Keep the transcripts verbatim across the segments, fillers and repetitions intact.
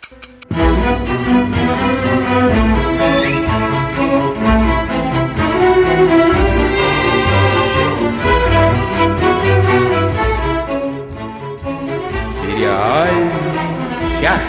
Сериальный час.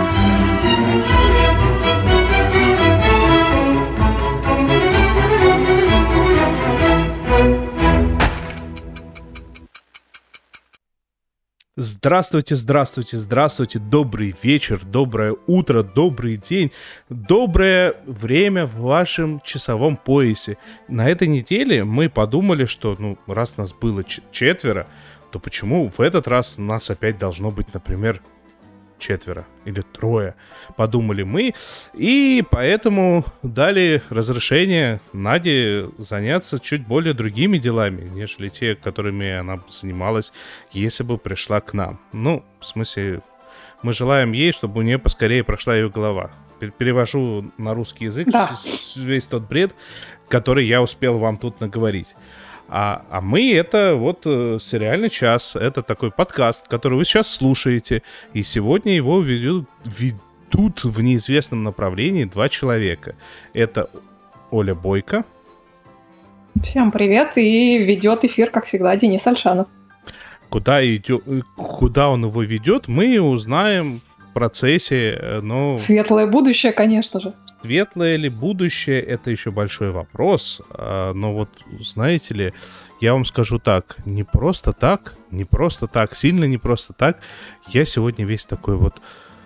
Здравствуйте, здравствуйте, здравствуйте, добрый вечер, доброе утро, добрый день, доброе время в вашем часовом поясе. На этой неделе мы подумали, что ну, раз нас было ч- четверо, то почему в этот раз нас опять должно быть, например, четверо или трое, подумали мы, и поэтому дали разрешение Наде заняться чуть более другими делами, нежели те, которыми она занималась, если бы пришла к нам. Ну, в смысле, мы желаем ей, чтобы у нее поскорее прошла ее голова. Перевожу на русский язык да. весь тот бред, который я успел вам тут наговорить. А, а мы это вот э, сериальный час, это такой подкаст, который вы сейчас слушаете, и сегодня его ведут, ведут в неизвестном направлении два человека. Это Оля Бойко. Всем привет, и ведет эфир, как всегда, Денис Альшанов. Куда, идет, куда он его ведет, мы узнаем в процессе, но... Светлое будущее, конечно же. Светлое ли будущее, это еще большой вопрос. Но вот, знаете ли, я вам скажу так, не просто так, не просто так, сильно не просто так. Я сегодня весь такой вот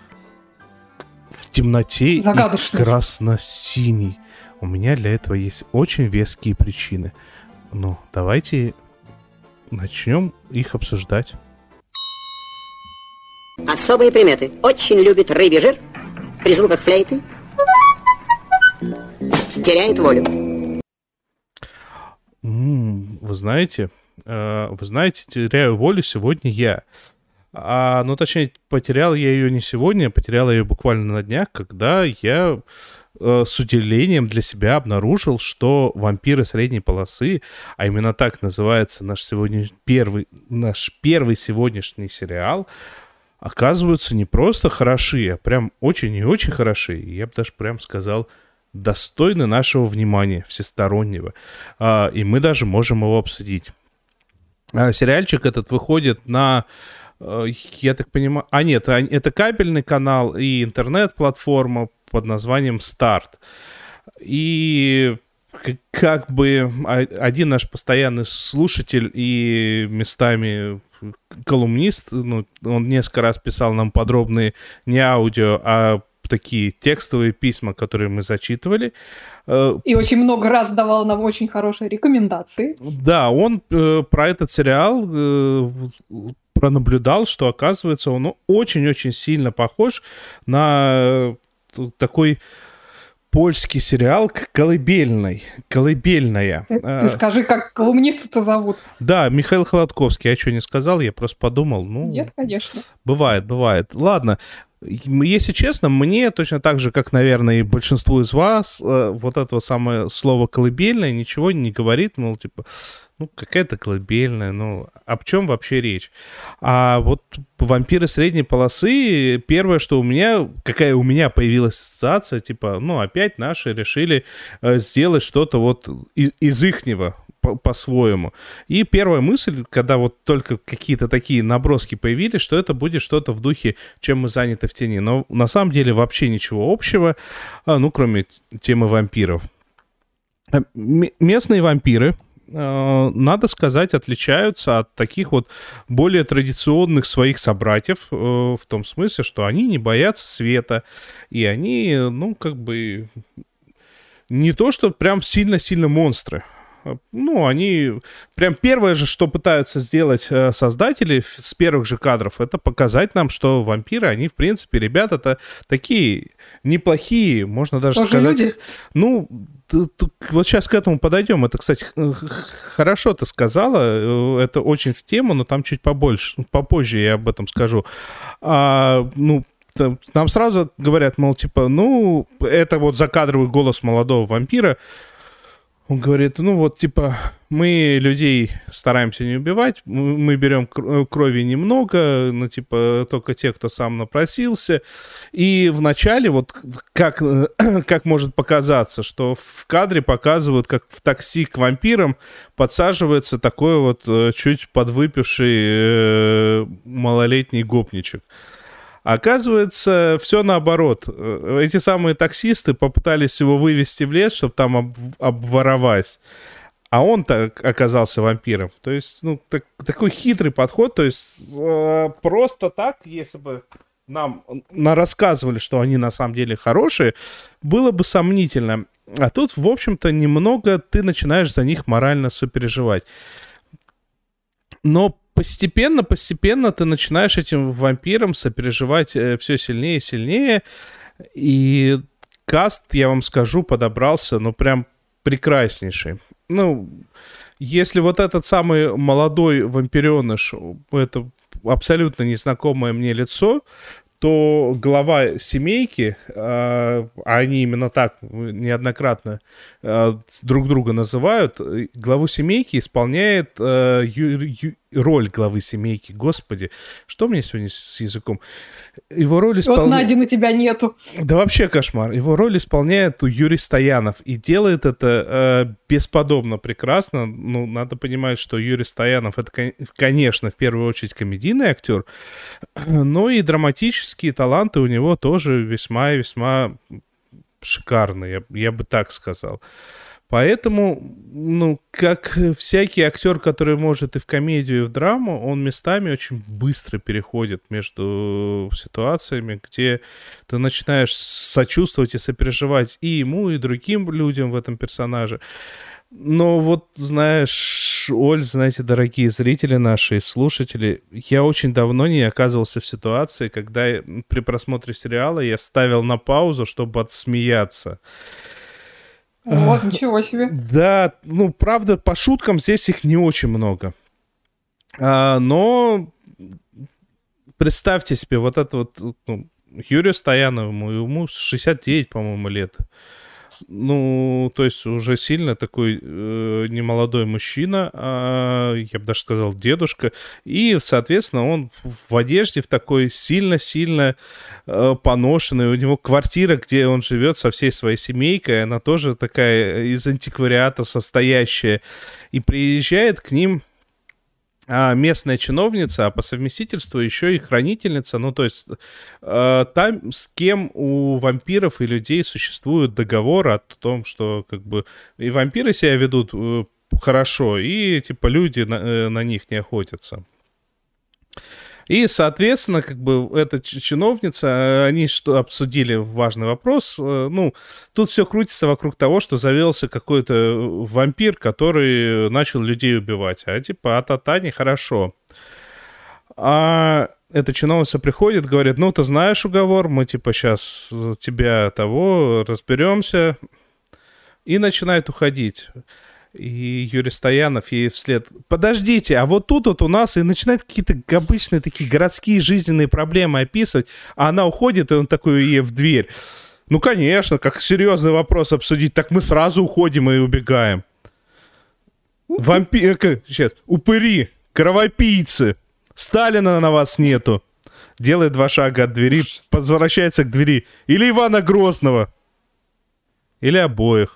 в темноте и красно-синий. У меня для этого есть очень веские причины. Ну, давайте начнем их обсуждать. Особые приметы. Очень любит рыбий жир. При звуках флейты теряет волю. Mm, вы знаете, э, вы знаете, теряю волю сегодня я. А, ну, точнее, потерял я ее не сегодня, потерял я ее буквально на днях, когда я э, с удивлением для себя обнаружил, что «Вампиры средней полосы», а именно так называется наш, сегодня, первый, наш первый сегодняшний сериал, оказываются не просто хороши, а прям очень и очень хороши. Я бы даже прям сказал, достойны нашего внимания, всестороннего. А, и мы даже можем его обсудить. А, сериальчик этот выходит на, я так понимаю... А нет, это кабельный канал и интернет-платформа под названием «Старт». И как бы один наш постоянный слушатель и местами колумнист, ну, он несколько раз писал нам подробные не аудио, а такие текстовые письма, которые мы зачитывали. И очень много раз давал нам очень хорошие рекомендации. Да, он э, про этот сериал э, пронаблюдал, что, оказывается, он очень-очень сильно похож на э, такой польский сериал «Колыбельный». «Колыбельная». Ты, ты скажи, как колумниста-то зовут? Да, Михаил Холодковский. Я что, не сказал? Я просто подумал. Ну, нет, конечно. Бывает, бывает. Ладно. Если честно, мне точно так же, как, наверное, и большинству из вас, вот это самое слово «колыбельное» ничего не говорит, мол, типа, ну, какая-то колыбельная, ну, об чем вообще речь? А вот «Вампиры средней полосы», первое, что у меня, какая у меня появилась ассоциация, типа, ну, опять наши решили сделать что-то вот из, из ихнего, По- по-своему. И первая мысль, когда вот только какие-то такие наброски появились, что это будет что-то в духе «Чем мы заняты в тени». Но на самом деле вообще ничего общего, ну, кроме темы вампиров. М- местные вампиры, надо сказать, отличаются от таких вот более традиционных своих собратьев, в том смысле, что они не боятся света, и они, ну, как бы, не то, что прям сильно-сильно монстры. Ну, они... Прям первое же, что пытаются сделать э, создатели с первых же кадров, это показать нам, что вампиры, они, в принципе, ребята-то такие неплохие, можно даже тоже сказать... Люди. Ну, т- т- вот сейчас к этому подойдем. Это, кстати, хорошо ты сказала, это очень в тему, но там чуть побольше, попозже я об этом скажу. А, ну, нам сразу говорят, мол, типа, ну, это вот закадровый голос молодого вампира. Он говорит, ну вот, типа, мы людей стараемся не убивать, мы берем крови немного, ну, типа, только те, кто сам напросился. И вначале, вот, как, как может показаться, что в кадре показывают, как в такси к вампирам подсаживается такой вот чуть подвыпивший э, малолетний гопничек. Оказывается, все наоборот. Эти самые таксисты попытались его вывести в лес, чтобы там об- обворовать. А он так оказался вампиром. То есть, ну, так, такой хитрый подход. То есть, э, просто так, если бы нам на рассказывали, что они на самом деле хорошие, было бы сомнительно. А тут, в общем-то, немного ты начинаешь за них морально сопереживать. Но постепенно, постепенно ты начинаешь этим вампирам сопереживать э, все сильнее и сильнее. И каст, я вам скажу, подобрался, ну, прям прекраснейший. Ну, если вот этот самый молодой вампиреныш, это абсолютно незнакомое мне лицо, то глава семейки, а они именно так неоднократно друг друга называют, главу семейки исполняет ю, ю, роль главы семейки. Господи, что мне сегодня с языком? Его роль исполняет... Вот Нади на тебя нету. Да вообще кошмар. Его роль исполняет Юрий Стоянов. И делает это э, бесподобно прекрасно. Ну, надо понимать, что Юрий Стоянов — это, конечно, в первую очередь комедийный актер, но и драматические таланты у него тоже весьма и весьма шикарные, я, я бы так сказал. Поэтому, ну, как всякий актер, который может и в комедию, и в драму, он местами очень быстро переходит между ситуациями, где ты начинаешь сочувствовать и сопереживать и ему, и другим людям в этом персонаже. Но вот, знаешь, Оль, знаете, дорогие зрители наши и слушатели, я очень давно не оказывался в ситуации, когда при просмотре сериала я ставил на паузу, чтобы отсмеяться. Вот, ничего себе. Да, ну, правда, по шуткам здесь их не очень много. А, но представьте себе, вот это вот, ну, Юрию Стоянову, ему шестьдесят девять, по-моему, лет. Ну, то есть уже сильно такой э, немолодой мужчина, а, я бы даже сказал, дедушка. И, соответственно, он в одежде в такой сильно-сильно э, поношенной. У него квартира, где он живет со всей своей семейкой, она тоже такая из антиквариата состоящая. И приезжает к ним а местная чиновница, а по совместительству еще и хранительница, ну, то есть э, там с кем у вампиров и людей существует договор о том, что, как бы, и вампиры себя ведут э, хорошо, и, типа, люди на, э, на них не охотятся. И, соответственно, как бы эта чиновница, они что обсудили важный вопрос. Ну, тут все крутится вокруг того, что завелся какой-то вампир, который начал людей убивать. А типа, а-та-та, нехорошо. А эта чиновница приходит, говорит, ну, ты знаешь уговор, мы типа сейчас тебя того разберемся. И начинает уходить. И Юрий Стоянов ей вслед: подождите, а вот тут вот у нас, и начинает какие-то обычные такие городские жизненные проблемы описывать, а она уходит, и он такой ей в дверь. Ну, конечно, как серьезный вопрос обсудить, так мы сразу уходим и убегаем. Вампир... Сейчас. Упыри, кровопийцы, Сталина на вас нету. Делает два шага от двери, возвращается к двери. Или Ивана Грозного. Или обоих.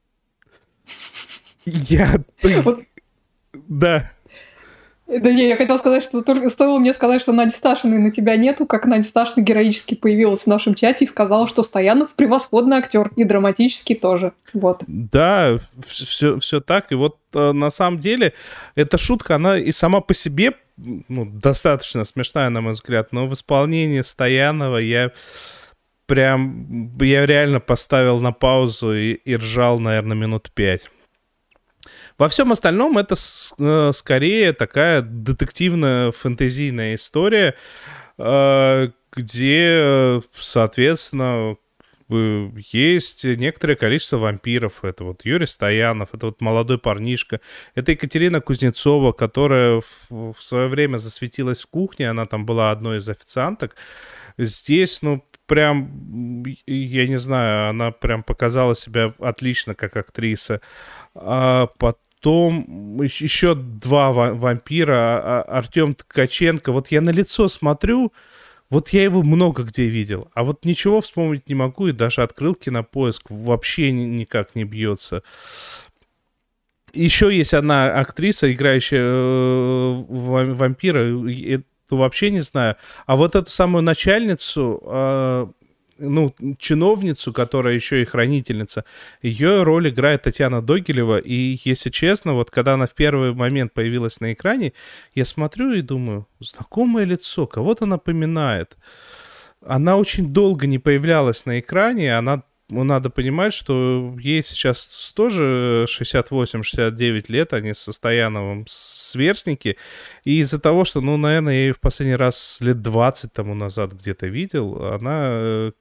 Я... Вот. Да. Да не, я хотела сказать, что только стоило мне сказать, что Нади Сташиной на тебя нету, как Надя Сташина героически появилась в нашем чате и сказала, что Стоянов превосходный актер, и драматический тоже. Вот. Да, все, все так. И вот на самом деле эта шутка, она и сама по себе, ну, достаточно смешная, на мой взгляд, но в исполнении Стоянова я прям, я реально поставил на паузу и, и ржал, наверное, минут пять. Во всем остальном это э, скорее такая детективно-фэнтезийная история, э, где, соответственно, есть некоторое количество вампиров. Это вот Юрий Стоянов, это вот молодой парнишка. Это Екатерина Кузнецова, которая в, в свое время засветилась в кухне, она там была одной из официанток. Здесь, ну, прям, я не знаю, она прям показала себя отлично как актриса. А потом еще два вампира, Артем Ткаченко. Вот я на лицо смотрю, вот я его много где видел, а вот ничего вспомнить не могу, и даже открыл Кинопоиск, вообще никак не бьется. Еще есть одна актриса, играющая вампира, эту вообще не знаю. А вот эту самую начальницу, ну, чиновницу, которая еще и хранительница, ее роль играет Татьяна Догилева. И, если честно, вот когда она в первый момент появилась на экране, я смотрю и думаю, знакомое лицо, кого-то напоминает. Она очень долго не появлялась на экране, она... Ну, надо понимать, что ей сейчас тоже шестьдесят восемь шестьдесят девять лет, они со Стояновым сверстники. И из-за того, что, ну, наверное, я ее в последний раз лет двадцать тому назад где-то видел, она,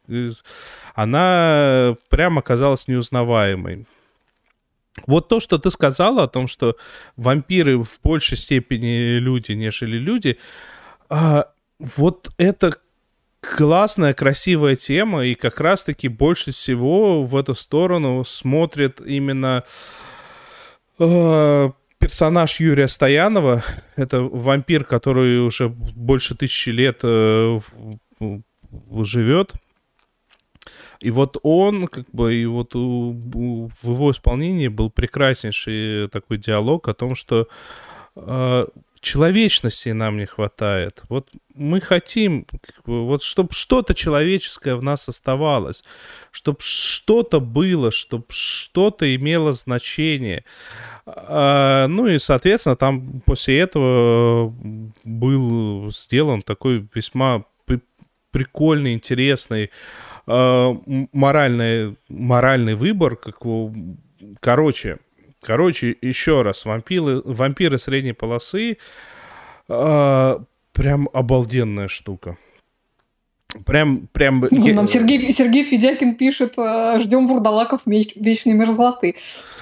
она прям оказалась неузнаваемой. Вот то, что ты сказала о том, что вампиры в большей степени люди, нежели люди, вот это... классная, красивая тема, и как раз-таки больше всего в эту сторону смотрит именно э, персонаж Юрия Стоянова. Это вампир, который уже больше тысячи лет э, живет. И вот он, как бы, и вот у, у, в его исполнении был прекраснейший такой диалог о том, что э, человечности нам не хватает. Вот мы хотим, вот чтобы что-то человеческое в нас оставалось, чтобы что-то было, чтобы что-то имело значение. А, ну и, соответственно, там после этого был сделан такой весьма прикольный, интересный а, моральный, моральный выбор. Как, короче... Короче, еще раз, вампиры, вампиры средней полосы э, прям обалденная штука. Прям, прям... Ну, нам Сергей, Сергей Федякин пишет, ждем вурдалаков вечной мерзлоты.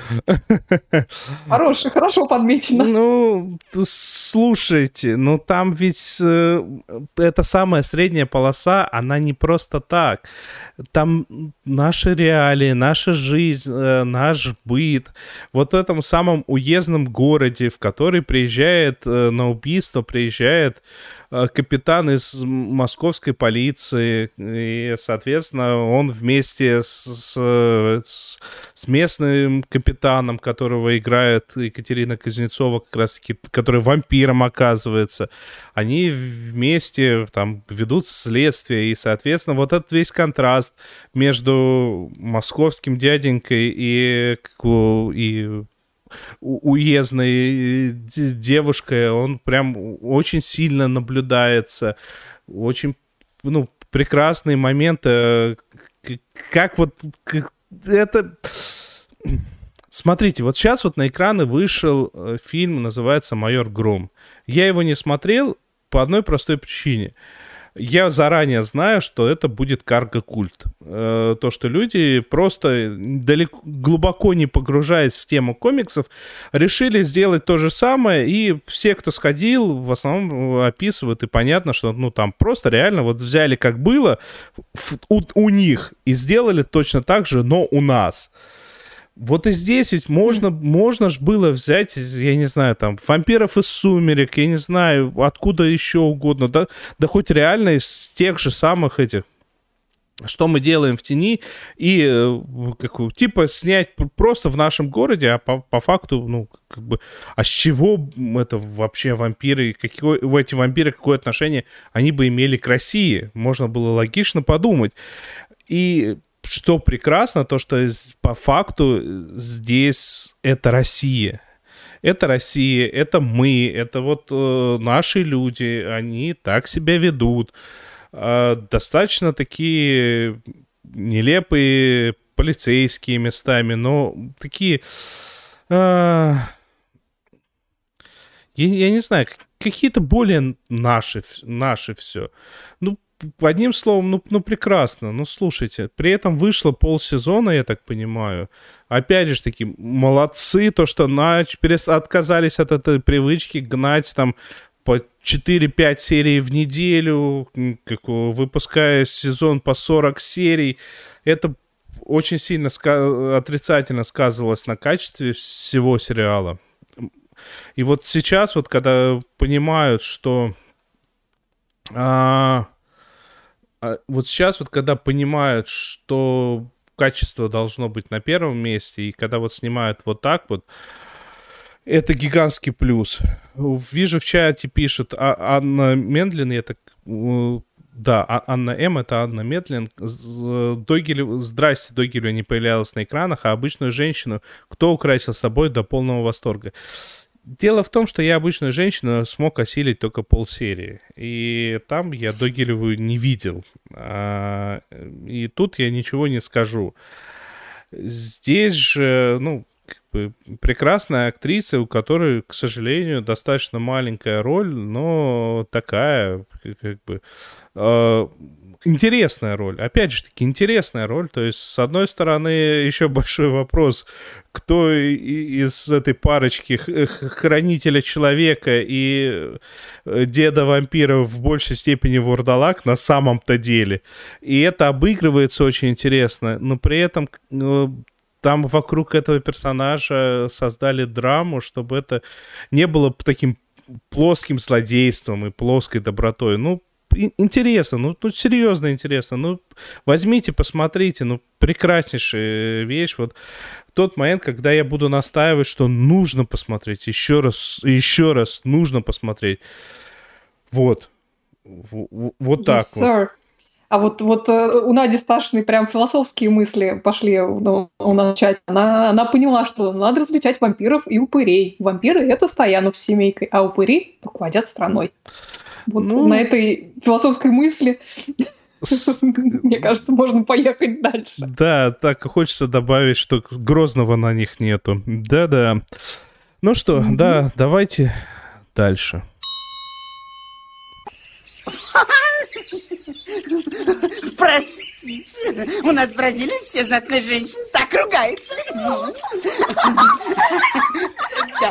Хорошо, хорошо подмечено. Ну, слушайте, ну там ведь э, эта самая средняя полоса, она не просто так. Там наши реалии, наша жизнь, э, наш быт. Вот в этом самом уездном городе, в который приезжает э, на убийство, приезжает э, капитан из московской полиции, и, соответственно, он вместе с, с, с местным капитаном, которого играет Екатерина Кузнецова, как раз-таки, который вампиром оказывается, они вместе там ведут следствие, и, соответственно, вот этот весь контраст между московским дяденькой и, и уездной девушкой, он прям очень сильно наблюдается, очень, ну, прекрасные моменты, как вот как, это... Смотрите, вот сейчас вот на экраны вышел фильм, называется «Майор Гром». Я его не смотрел по одной простой причине. Я заранее знаю, что это будет карго-культ. Э, то, что люди, просто далеко, глубоко не погружаясь в тему комиксов, решили сделать то же самое, и все, кто сходил, в основном описывают, и понятно, что, ну, там просто реально вот взяли, как было в, у, у них, и сделали точно так же, но у нас. Вот и здесь ведь можно, mm. можно ж было взять, я не знаю, там, вампиров из «Сумерек», я не знаю, откуда еще угодно, да, да хоть реально из тех же самых этих, что мы делаем в тени, и как, типа снять просто в нашем городе, а по, по факту, ну, как бы, а с чего это вообще вампиры, какое, у эти вампиры какое отношение они бы имели к России? Можно было логично подумать. И... Что прекрасно, то, что по факту здесь это Россия. Это Россия, это мы, это вот э, наши люди, они так себя ведут. Э, достаточно такие нелепые полицейские местами, но такие... Э, я, я не знаю, какие-то более наши, наши все. Ну, одним словом, ну, ну прекрасно. Ну, слушайте, при этом вышло полсезона, я так понимаю. Опять же таки, молодцы, то, что нач... перест... отказались от этой привычки гнать там по четыре-пять серий в неделю, как, выпуская сезон по сорок серий. Это очень сильно ска- отрицательно сказывалось на качестве всего сериала. И вот сейчас, вот когда понимают, что... А, а, вот сейчас, вот когда понимают, что качество должно быть на первом месте, и когда вот снимают вот так вот, это гигантский плюс. Вижу, в чате пишет а, Анна Мендлин, я так... Да, а, Анна М, это Анна Медлин. Дойгель, здрасте, Дойгелю не появлялась на экранах, а обычную женщину кто украсил собой до полного восторга? Дело в том, что я обычную женщину смог осилить только полсерии. И там я Дойгелевую не видел. А, и тут я ничего не скажу. Здесь же, ну, как бы прекрасная актриса, у которой, к сожалению, достаточно маленькая роль, но такая, как бы... Интересная роль, опять же таки, интересная роль. То есть, с одной стороны, еще большой вопрос, кто из этой парочки хранителя человека и деда вампира в большей степени вурдалак на самом-то деле. И это обыгрывается очень интересно, но при этом там вокруг этого персонажа создали драму, чтобы это не было таким плоским злодейством и плоской добротой. Ну, интересно, ну, ну, серьезно интересно. Ну, возьмите, посмотрите, ну, прекраснейшая вещь. Вот тот момент, когда я буду настаивать, что нужно посмотреть, еще раз, еще раз нужно посмотреть. Вот. В- Вот так Yes, вот. sir. А вот, вот э, у Нади Сташиной прям философские мысли пошли ну, у нас в чате. Она, она поняла, что надо различать вампиров и упырей. Вампиры — это Стоянов с семейкой, а упыри руководят страной. Вот Ну, на этой философской мысли, с- мне кажется, можно поехать дальше. Да, так и хочется добавить, что Грозного на них нету. Да-да. Ну что, Мгм. да, давайте дальше. Простите, у нас в Бразилии все знатные женщины так ругаются. Да.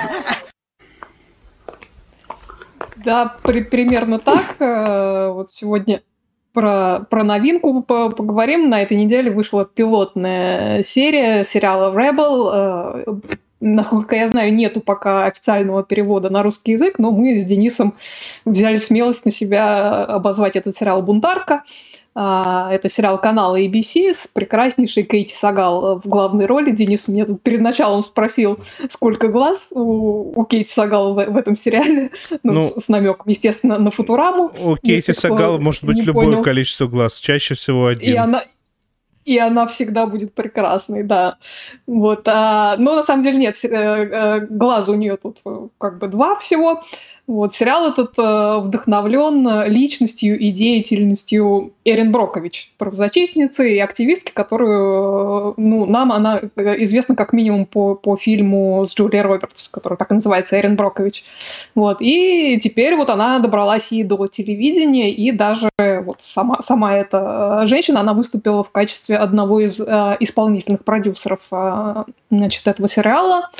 Да, при- примерно так. Э, Вот сегодня про, про новинку по- поговорим. На этой неделе вышла пилотная серия сериала Rebel. Э, Насколько я знаю, нету пока официального перевода на русский язык, но мы с Денисом взяли смелость на себя обозвать этот сериал «Бунтарка». А, Это сериал канала эй би си с прекраснейшей Кейти Сагал в главной роли. Денис меня тут перед началом спросил, сколько глаз у, у Кейти Сагал в, в этом сериале. Ну, Ну, с, с намеком, естественно, на Футураму. У Кейти если кто Сагал может быть не любое понял. количество глаз, чаще всего И один. она, и она всегда будет прекрасной, да. Вот, а, но на самом деле нет, э, э, глаза у нее тут э, как бы два всего. Вот, сериал этот э, вдохновлен личностью и деятельностью Эрин Брокович, правозащитницы и активистки, которую, э, ну, нам она э, известна как минимум по, по фильму с Джулией Робертс, который так и называется, Эрин Брокович. Вот, и теперь вот она добралась и до телевидения, и даже вот сама, сама эта э, женщина, она выступила в качестве одного из э, исполнительных продюсеров э, значит, этого сериала.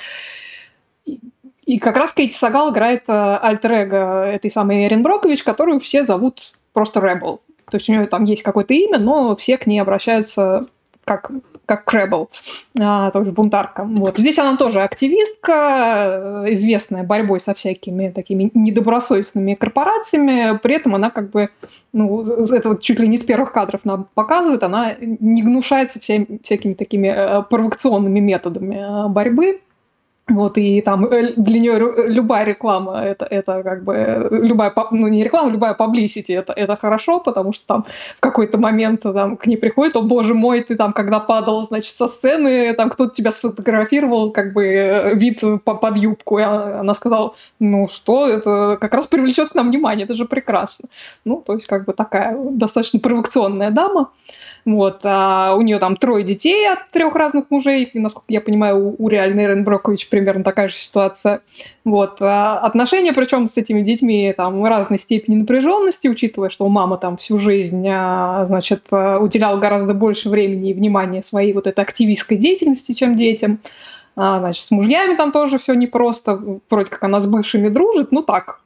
И, и как раз Кейти Сагал играет э, альтер-эго этой самой Эрин Брокович, которую все зовут просто Rebel. То есть у нее там есть какое-то имя, но все к ней обращаются как, как Rebel, а, то есть бунтарка. Вот. Здесь она тоже активистка, э, известная борьбой со всякими такими недобросовестными корпорациями. При этом она как бы, ну, это вот чуть ли не с первых кадров нам показывают, она не гнушается всеми, всякими такими э, провокационными методами э, борьбы. Вот, и там э, для нее рю- любая реклама, это, это как бы, э, любая, паб- ну не реклама, любая publicity, это, это хорошо, потому что там в какой-то момент там к ней приходит, о боже мой, ты там, когда падал, значит, со сцены, там кто-то тебя сфотографировал, как бы, э, вид по- под юбку, и она она сказала, ну что, это как раз привлечет к нам внимание, это же прекрасно. Ну, то есть, как бы такая достаточно провокационная дама. Вот, а у нее там трое детей от трех разных мужей, и, насколько я понимаю, у, у реальной Эрин Брокович примерно такая же ситуация. Вот, а отношения, причем с этими детьми там разной степени напряженности, учитывая, что мама там всю жизнь, а, значит, уделяла гораздо больше времени и внимания своей вот этой активистской деятельности, чем детям. А, значит, с мужьями там тоже все непросто, вроде как она с бывшими дружит, ну так,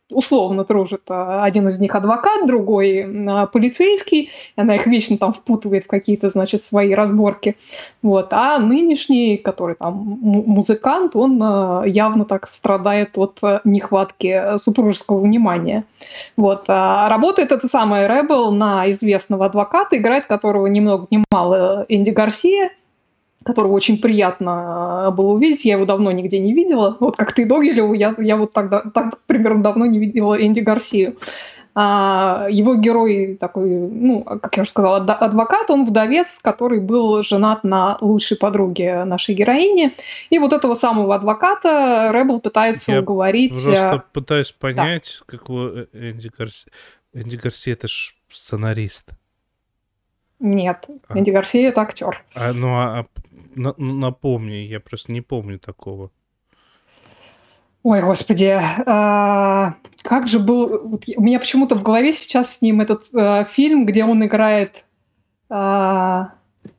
условно дружат. Один из них адвокат, другой полицейский. Она их вечно там впутывает в какие-то, значит, свои разборки. Вот. А нынешний, который там музыкант, он явно так страдает от нехватки супружеского внимания. Вот. А работает эта самая Ребел на известного адвоката, играет которого ни много ни мало Энди Гарсия, которого очень приятно было увидеть. Я его давно нигде не видела. Вот как ты, Догилеву, я, я вот тогда, так примерно давно не видела Энди Гарсию. А его герой такой, ну, как я уже сказала, адвокат, он вдовец, который был женат на лучшей подруге нашей героини. И вот этого самого адвоката Ребел пытается я уговорить... просто пытаюсь понять, да. какого Энди Гарсия... Энди Гарсия — это ж сценарист. Нет, а. Энди Гарсия — это актер. А, ну, а, на, напомни, я просто не помню такого. Ой, господи, а, как же был... Вот у меня почему-то в голове сейчас с ним этот а, фильм, где он играет... А,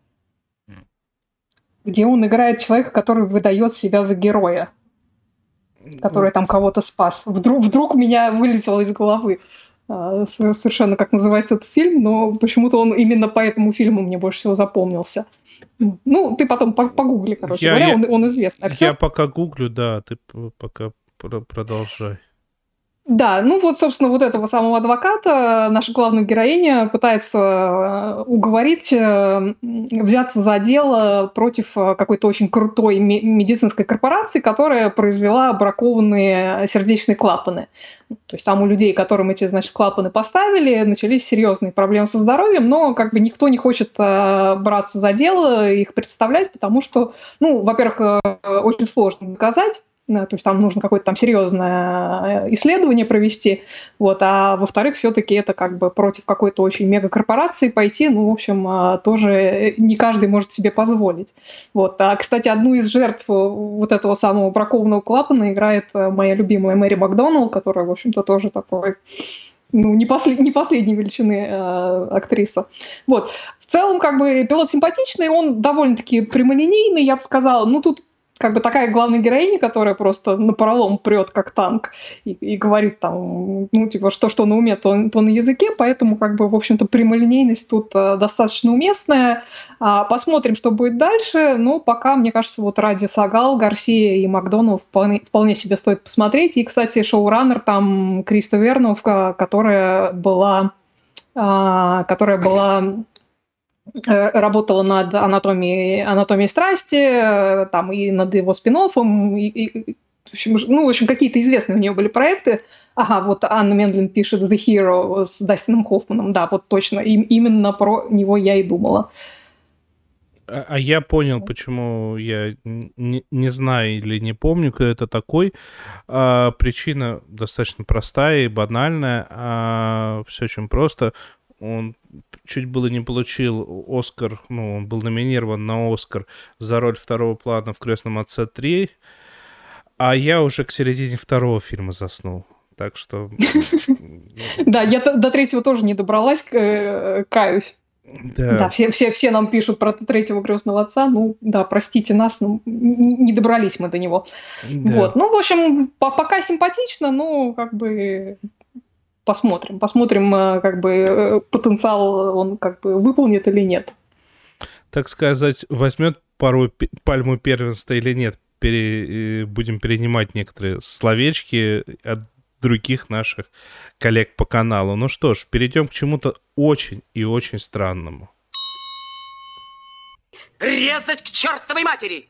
где он играет человека, который выдает себя за героя, который там кого-то спас. Вдруг, вдруг меня вылетело из головы а, совершенно, как называется этот фильм, но почему-то он именно по этому фильму мне больше всего запомнился. Ну, ты потом погугли, короче я, говоря, я, он, он известный актер. Я пока гуглю, да, ты пока продолжай. Да, ну вот, собственно, вот этого самого адвоката наша главная героиня пытается уговорить взяться за дело против какой-то очень крутой медицинской корпорации, которая произвела бракованные сердечные клапаны. То есть там у людей, которым эти, значит, клапаны поставили, начались серьезные проблемы со здоровьем, но как бы никто не хочет браться за дело, их представлять, потому что, ну, во-первых, очень сложно доказать. То есть там нужно какое-то там серьезное исследование провести, вот, а во-вторых, все-таки это как бы против какой-то очень мегакорпорации пойти, ну, в общем, тоже не каждый может себе позволить. Вот. А, кстати, одну из жертв вот этого самого бракованного клапана играет моя любимая Мэри Макдоналл, которая, в общем-то, тоже такой... Ну, не, послед, не последней величины э, актриса. Вот. В целом, как бы, пилот симпатичный, он довольно-таки прямолинейный, я бы сказала. Ну, тут как бы такая главная героиня, которая просто напролом прет как танк и, и говорит там, ну, типа, что, что на уме, то, то на языке, поэтому, как бы, в общем-то, прямолинейность тут э, достаточно уместная. А, посмотрим, что будет дальше, но пока, мне кажется, вот ради Сагал, Гарсия и Макдоналл вполне, вполне себе стоит посмотреть. И, кстати, шоураннер там Криста Верновка, которая была... Э, которая была... работала над анатомией, анатомией страсти, там и над его спин-оффом, и, и, в общем, ну, в общем, какие-то известные у нее были проекты. Ага, вот Анна Мендлин пишет The Hero с Дастином Хоффманом, да, вот точно, и, именно про него я и думала. А, а я понял, почему я не, не знаю или не помню, кто это такой. А, причина достаточно простая и банальная, а, все очень просто. Он чуть было не получил Оскар, ну, он был номинирован на Оскар за роль второго плана в «Крестном отце три», а я уже к середине второго фильма заснул, так что... Да, я до третьего тоже не добралась, каюсь. Да, все, все, все нам пишут про третьего «Крестного отца», ну, да, простите нас, но не добрались мы до него. Вот, ну, в общем, пока симпатично, но как бы... Посмотрим, посмотрим, как бы потенциал он как бы выполнит или нет. Так сказать, возьмет пару пальму первенства или нет? Пере... Будем перенимать некоторые словечки от других наших коллег по каналу. Ну что ж, перейдем к чему-то очень и очень странному. Резать к чертовой матери!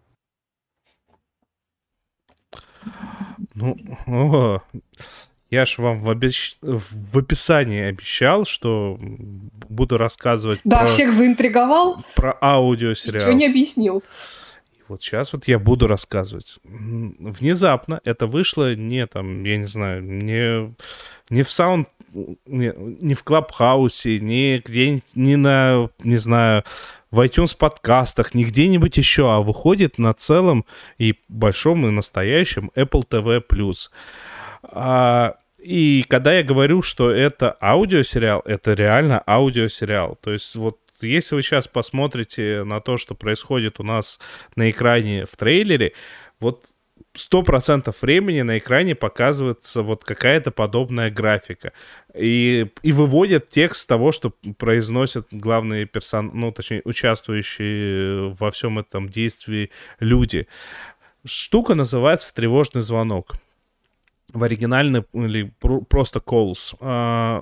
Ну, о, я ж вам в, обещ... в описании обещал, что буду рассказывать да, про... всех заинтриговал. Про аудиосериал. Ничего не объяснил. И вот сейчас вот я буду рассказывать. Внезапно это вышло не там, я не знаю, не, не в саунд... Не, не в Клабхаусе, не где-нибудь, не на, не знаю, в iTunes подкастах, не где-нибудь еще, а выходит на целом и большом и настоящем Apple ти ви плюс. А, и когда я говорю, что это аудиосериал, это реально аудиосериал. То есть вот если вы сейчас посмотрите на то, что происходит у нас на экране в трейлере, вот сто процентов времени на экране показывается вот какая-то подобная графика. И, и выводят текст того, что произносят главные персонажи, ну, точнее, участвующие во всем этом действии люди. Штука называется «Тревожный звонок». В оригинальной или просто «Calls».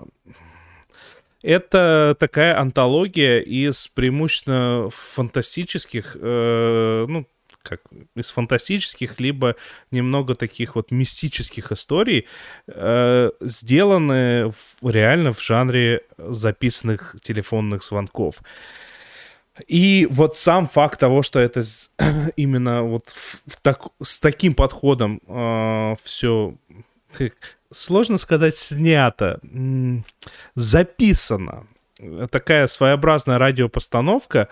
Это такая антология из преимущественно фантастических, э, ну, как из фантастических, либо немного таких вот мистических историй, э, сделаны в, реально в жанре записанных телефонных звонков. И вот сам факт того, что это именно вот в, в так, с таким подходом э, все... Сложно сказать, снято, записано. Такая своеобразная радиопостановка.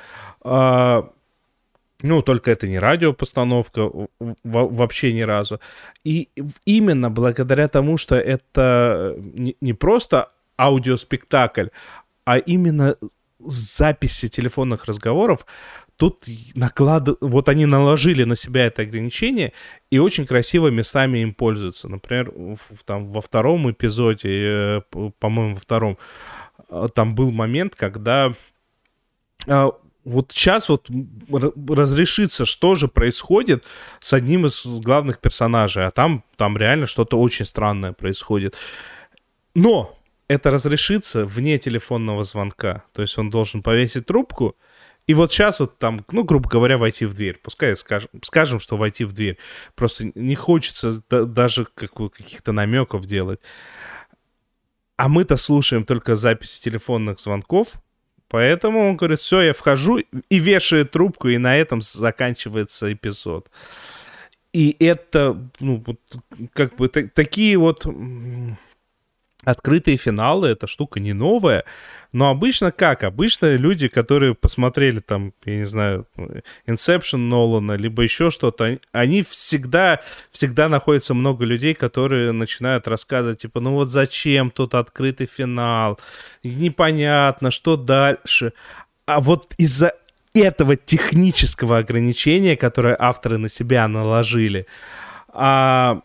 Ну, только это не радиопостановка вообще ни разу. И именно благодаря тому, что это не просто аудиоспектакль, а именно записи телефонных разговоров, тут наклад... вот они наложили на себя это ограничение и очень красиво местами им пользуются. Например, в, там, во втором эпизоде, по-моему, во втором, там был момент, когда вот сейчас вот разрешится, что же происходит с одним из главных персонажей, а там, там реально что-то очень странное происходит. Но это разрешится вне телефонного звонка. То есть он должен повесить трубку, и вот сейчас вот там, ну, грубо говоря, войти в дверь. Пускай скажем, скажем, что войти в дверь. Просто не хочется да, даже как, каких-то намеков делать. А мы-то слушаем только записи телефонных звонков. Поэтому он говорит, все, я вхожу и вешаю трубку, и на этом заканчивается эпизод. И это, ну, вот, как бы т- такие вот... Открытые финалы — эта штука не новая, но обычно как? Обычно люди, которые посмотрели там, я не знаю, Inception Нолана, либо еще что-то, они всегда, всегда находится много людей, которые начинают рассказывать, типа, ну вот зачем тут открытый финал, непонятно, что дальше. А вот из-за этого технического ограничения, которое авторы на себя наложили, а...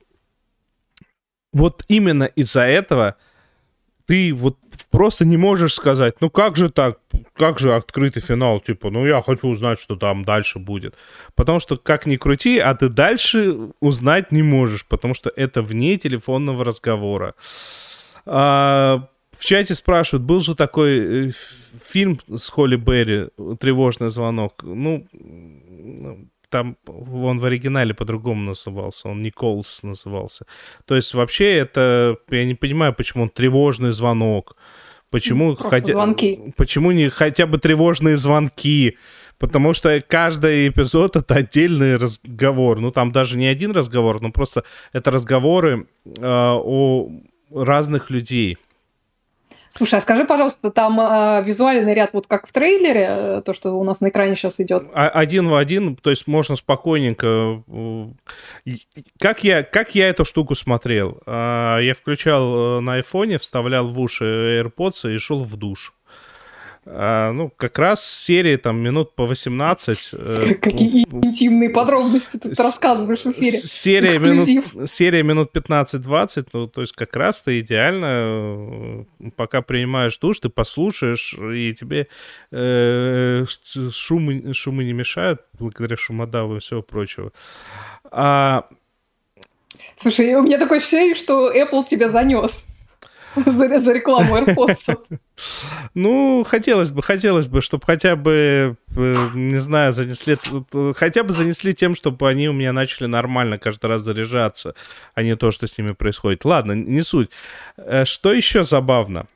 вот именно из-за этого ты вот просто не можешь сказать, ну как же так, как же открытый финал, типа, ну я хочу узнать, что там дальше будет. Потому что как ни крути, а ты дальше узнать не можешь, потому что это вне телефонного разговора. А, в чате спрашивают, был же такой фильм с Холли Берри «Тревожный звонок». Ну... Там он в оригинале по-другому назывался, он не Calls назывался. То есть вообще это, я не понимаю, почему он тревожный звонок, почему, хотя, почему не хотя бы тревожные звонки, потому что каждый эпизод — это отдельный разговор. Ну там даже не один разговор, но просто это разговоры э, о разных людей. Слушай, а скажи, пожалуйста, там э, визуальный ряд, вот как в трейлере, э, то, что у нас на экране сейчас идет? Один в один, то есть можно спокойненько... Как я, как я эту штуку смотрел? Я включал на айфоне, вставлял в уши AirPods и шел в душ. Ну, как раз серии там минут по восемнадцать. Какие интимные подробности ты рассказываешь в эфире. Серия минут, серия минут пятнадцать-двадцать, ну, то есть как раз-то идеально, пока принимаешь душ, ты послушаешь, и тебе э, шумы, шумы не мешают, благодаря шумодаву и всего прочего. А... Слушай, у меня такое ощущение, что Apple тебя занес. За, за рекламу AirPods. Ну, хотелось бы, хотелось бы, чтобы хотя бы, не знаю, занесли, хотя бы занесли тем, чтобы они у меня начали нормально каждый раз заряжаться, а не то, что с ними происходит. Ладно, не суть. Что еще забавно?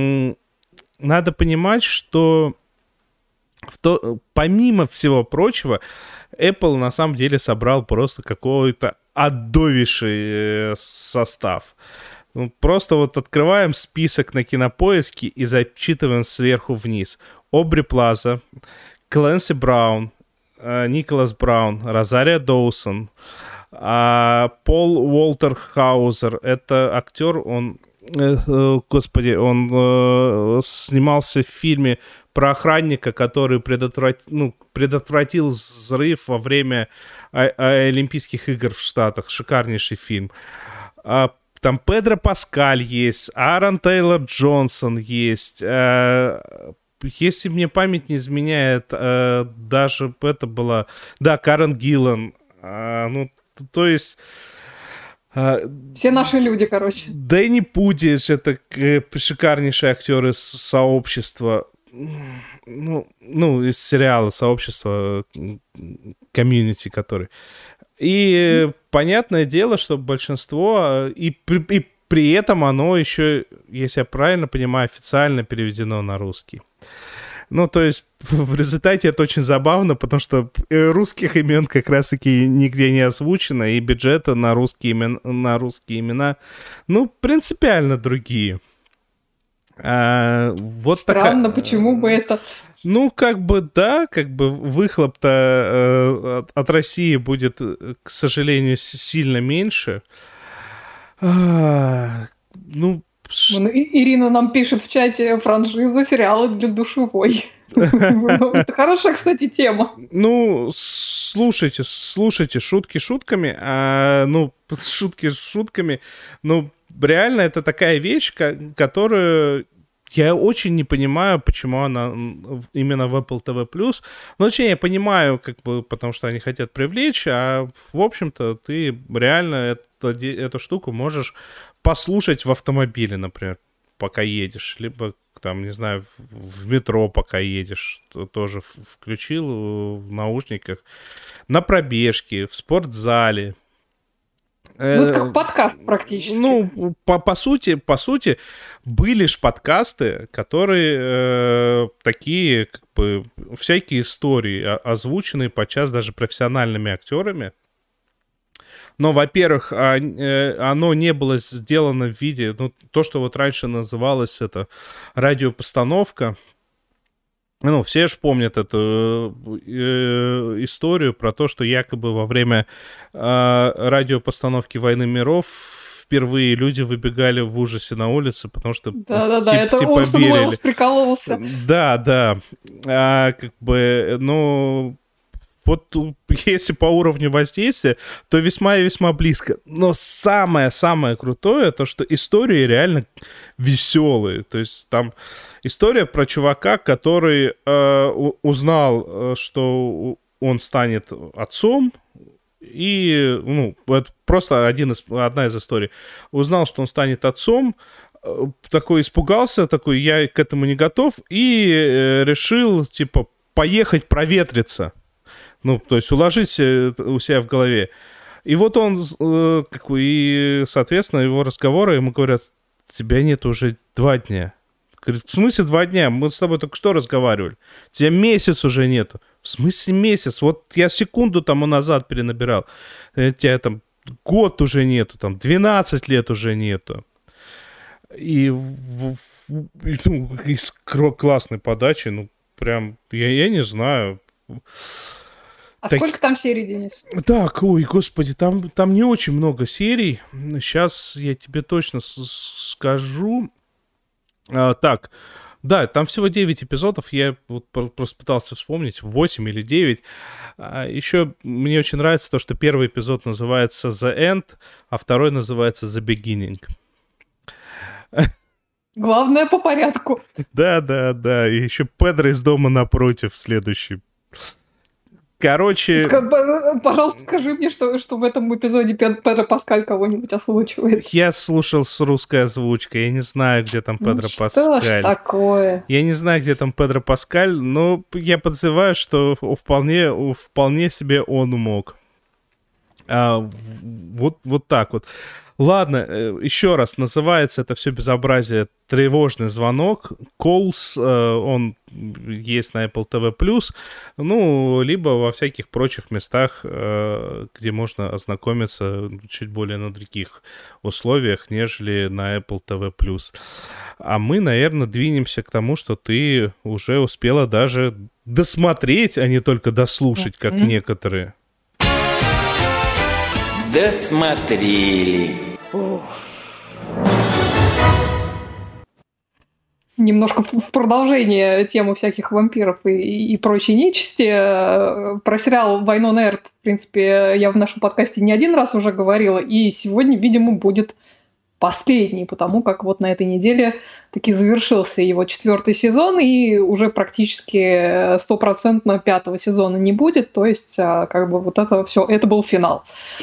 Надо понимать, что в то, помимо всего прочего, Apple на самом деле собрал просто какой-то отдовейший состав. Просто вот открываем список на Кинопоиске и зачитываем сверху вниз. Обри Плаза, Клэнси Браун, Николас Браун, Розария Доусон, Пол Уолтер Хаузер. Это актер, он Господи, он э, снимался в фильме про охранника, который предотвратил, ну, предотвратил взрыв во время о- о- Олимпийских игр в Штатах. Шикарнейший фильм. А, там Педро Паскаль есть, Аарон Тейлор Джонсон есть. Э, если мне память не изменяет, э, даже это была... Да, Карен Гиллан. Э, ну, то есть... Все наши люди, короче. Дэнни Пудиш, это шикарнейший актер из «Сообщества». Ну, ну, из сериала «Сообщество», комьюнити, который. И mm. понятное дело, что большинство... И при, и при этом оно еще, если я правильно понимаю, официально переведено на русский. Ну, то есть в результате это очень забавно, потому что русских имен как раз-таки нигде не озвучено, и бюджеты на русские имена, на русские имена ну, принципиально другие. А, вот Странно, такая... почему бы это... Ну, как бы, да, как бы выхлоп-то э, от, от России будет, к сожалению, сильно меньше. А, ну... Вон, Ирина нам пишет в чате: франшиза сериала для душевой. Это хорошая, кстати, тема. Ну, слушайте, слушайте, шутки шутками, а, ну, шутки шутками, ну, реально это такая вещь, которую я очень не понимаю, почему она именно в Apple ти ви плюс. Ну, точнее, я понимаю, как бы, потому что они хотят привлечь, а, в общем-то, ты реально это, эту штуку можешь послушать в автомобиле, например, пока едешь, либо, там, не знаю, в метро пока едешь, тоже включил в наушниках, на пробежке, в спортзале. Ну, это как подкаст практически. Ну, по, по сути, по сути, были ж подкасты, которые э, такие, как бы, всякие истории, озвученные подчас даже профессиональными актерами. Но, во-первых, оно не было сделано в виде... Ну, то, что вот раньше называлось это радиопостановка. Ну, все же помнят эту э, историю про то, что якобы во время э, радиопостановки «Войны миров» впервые люди выбегали в ужасе на улице, потому что да-да-да, тип, это типа Орсон верили. Уэллс прикалывался. Да, да. А, как бы, ну... Вот если по уровню воздействия, то весьма и весьма близко. Но самое-самое крутое, то, что истории реально веселые. То есть там история про чувака, который э, узнал, что он станет отцом. И, ну, это просто один из, одна из историй. Узнал, что он станет отцом, такой испугался, такой, я к этому не готов. И э, решил, типа, поехать проветриться. Ну, то есть уложить у себя в голове. И вот он, э, как, и, соответственно, его разговоры, ему говорят: тебя нет уже два дня. Говорит, в смысле два дня? Мы с тобой только что разговаривали. Тебя месяц уже нету. В смысле месяц? Вот я секунду тому назад перенабирал. Тебя там год уже нету, там двенадцать лет уже нету. И, и ну, и с классной подачей, ну, прям, я, я не знаю... А так... сколько там серий, Денис? Так, ой, господи, там, там не очень много серий. Сейчас я тебе точно с- скажу. А, так, да, там всего девять эпизодов. Я вот просто пытался вспомнить, восемь или девять. А еще мне очень нравится то, что первый эпизод называется The End, а второй называется The Beginning. Главное по порядку. Да, да, да. И еще Педро из дома напротив следующий. Короче... Пожалуйста, скажи мне, что, что в этом эпизоде Педро Паскаль кого-нибудь озвучивает. Я слушал с русской озвучкой. Я не знаю, где там Педро ну, Паскаль. Что ж такое? Я не знаю, где там Педро Паскаль, но я подозреваю, что вполне, вполне себе он мог. А, вот, вот так вот. Ладно, еще раз, называется это все безобразие «Тревожный звонок». Calls, он есть на Apple ти ви плюс, ну, либо во всяких прочих местах, где можно ознакомиться чуть более на других условиях, нежели на Apple ти ви плюс. А мы, наверное, двинемся к тому, что ты уже успела даже досмотреть, а не только дослушать, как mm-hmm. некоторые. Досмотрели. Немножко в продолжение темы всяких вампиров и, и прочей нечисти. Про сериал «Вайнона Эрп», в принципе, я в нашем подкасте не один раз уже говорила, и сегодня, видимо, будет последний, потому как вот на этой неделе таки завершился его четвертый сезон, и уже практически стопроцентно пятого сезона не будет, то есть как бы вот это все, это был финал.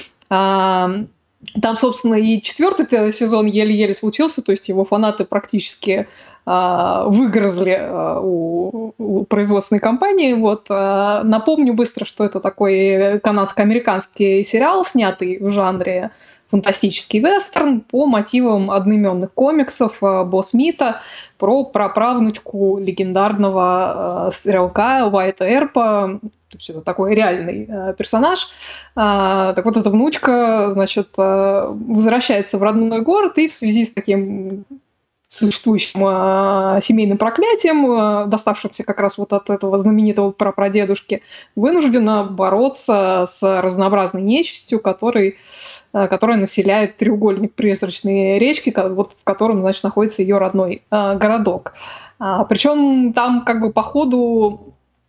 Там, собственно, и четвертый сезон еле-еле случился, то есть его фанаты практически а, выгрызли а, у, у производственной компании. Вот. А, напомню быстро, что это такой канадско-американский сериал, снятый в жанре фантастический вестерн по мотивам одноименных комиксов Бо Смита про праправнучку легендарного э, стрелка Уайта Эрпа. То есть это такой реальный э, персонаж. А, так вот, эта внучка, значит, э, возвращается в родной город и в связи с таким существующим э, семейным проклятием, э, доставшимся как раз вот от этого знаменитого прапрадедушки, вынуждена бороться с разнообразной нечистью, который, э, которая населяет треугольник призрачной речки, вот, в котором, значит, находится ее родной э, городок. А, причем там как бы по ходу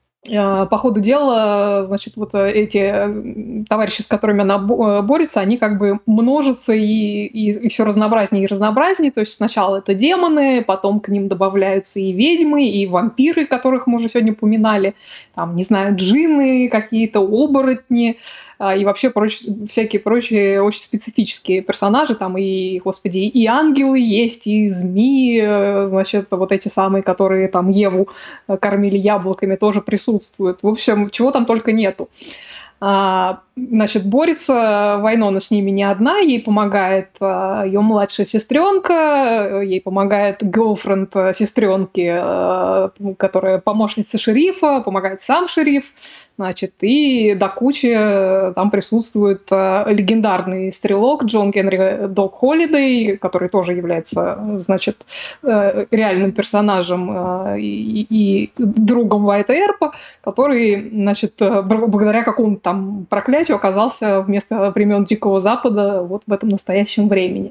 По ходу дела, значит, вот эти товарищи, с которыми она борется, они как бы множатся и, и, и все разнообразнее и разнообразнее. То есть сначала это демоны, потом к ним добавляются и ведьмы, и вампиры, которых мы уже сегодня упоминали, там, не знаю, джинны какие-то, оборотни, и вообще прочие, всякие прочие очень специфические персонажи, там и, господи, и ангелы есть, и змеи, значит, вот эти самые, которые там Еву кормили яблоками, тоже присутствуют. В общем, чего там только нету. А, значит, борется Вайнона с ними не одна, ей помогает а, ее младшая сестренка, ей помогает girlfriend сестренки, а, которая помощница шерифа, помогает сам шериф, значит, и до кучи там присутствует а, легендарный стрелок Джон Генри Док Холлидей, который тоже является, значит, реальным персонажем а, и, и другом Уайта Эрпа, который, значит, благодаря какому-то там проклятию оказался вместо времен Дикого Запада вот в этом настоящем времени.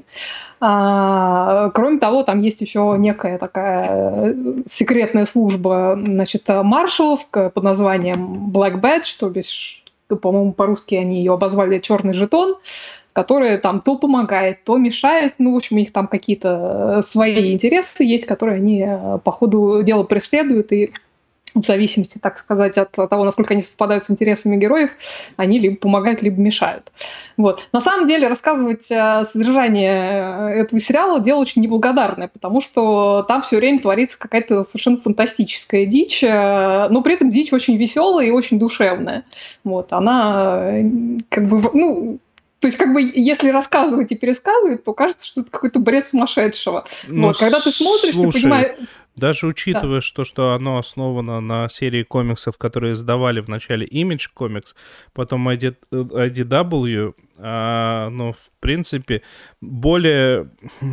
А, кроме того, там есть еще некая такая секретная служба, значит, маршалов под названием Black Badge, то бишь, по-моему, по-русски они ее обозвали «черный жетон», который там то помогает, то мешает. Ну, в общем, у них там какие-то свои интересы есть, которые они по ходу дела преследуют, и в зависимости, так сказать, от того, насколько они совпадают с интересами героев, они либо помогают, либо мешают. Вот. На самом деле рассказывать содержание этого сериала дело очень неблагодарное, потому что там все время творится какая-то совершенно фантастическая дичь, но при этом дичь очень веселая и очень душевная. Вот. Она как бы, ну, то есть, как бы, если рассказывать и пересказывать, то кажется, что это какой-то бред сумасшедшего. Но вот. Когда ты смотришь, слушай, ты понимаешь... Даже учитывая, да. что, что оно основано на серии комиксов, которые издавали вначале Image Comics, потом ай ди дабл ю, а, ну, в принципе, более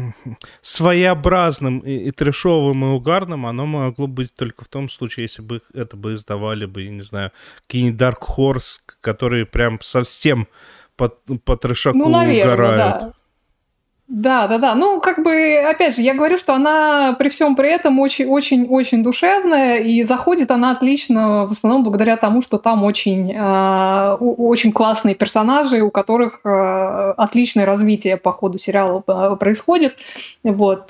своеобразным и, и трэшовым, и угарным оно могло быть только в том случае, если бы это бы издавали бы, я не знаю, какие-нибудь Dark Horse, которые прям совсем по, по трэшаку ну, наверное, угорают. Да. Да, да, да. Ну, как бы, опять же, я говорю, что она при всем при этом очень-очень-очень душевная, и заходит она отлично, в основном благодаря тому, что там очень, э, очень классные персонажи, у которых э, отличное развитие по ходу сериала происходит. Вот.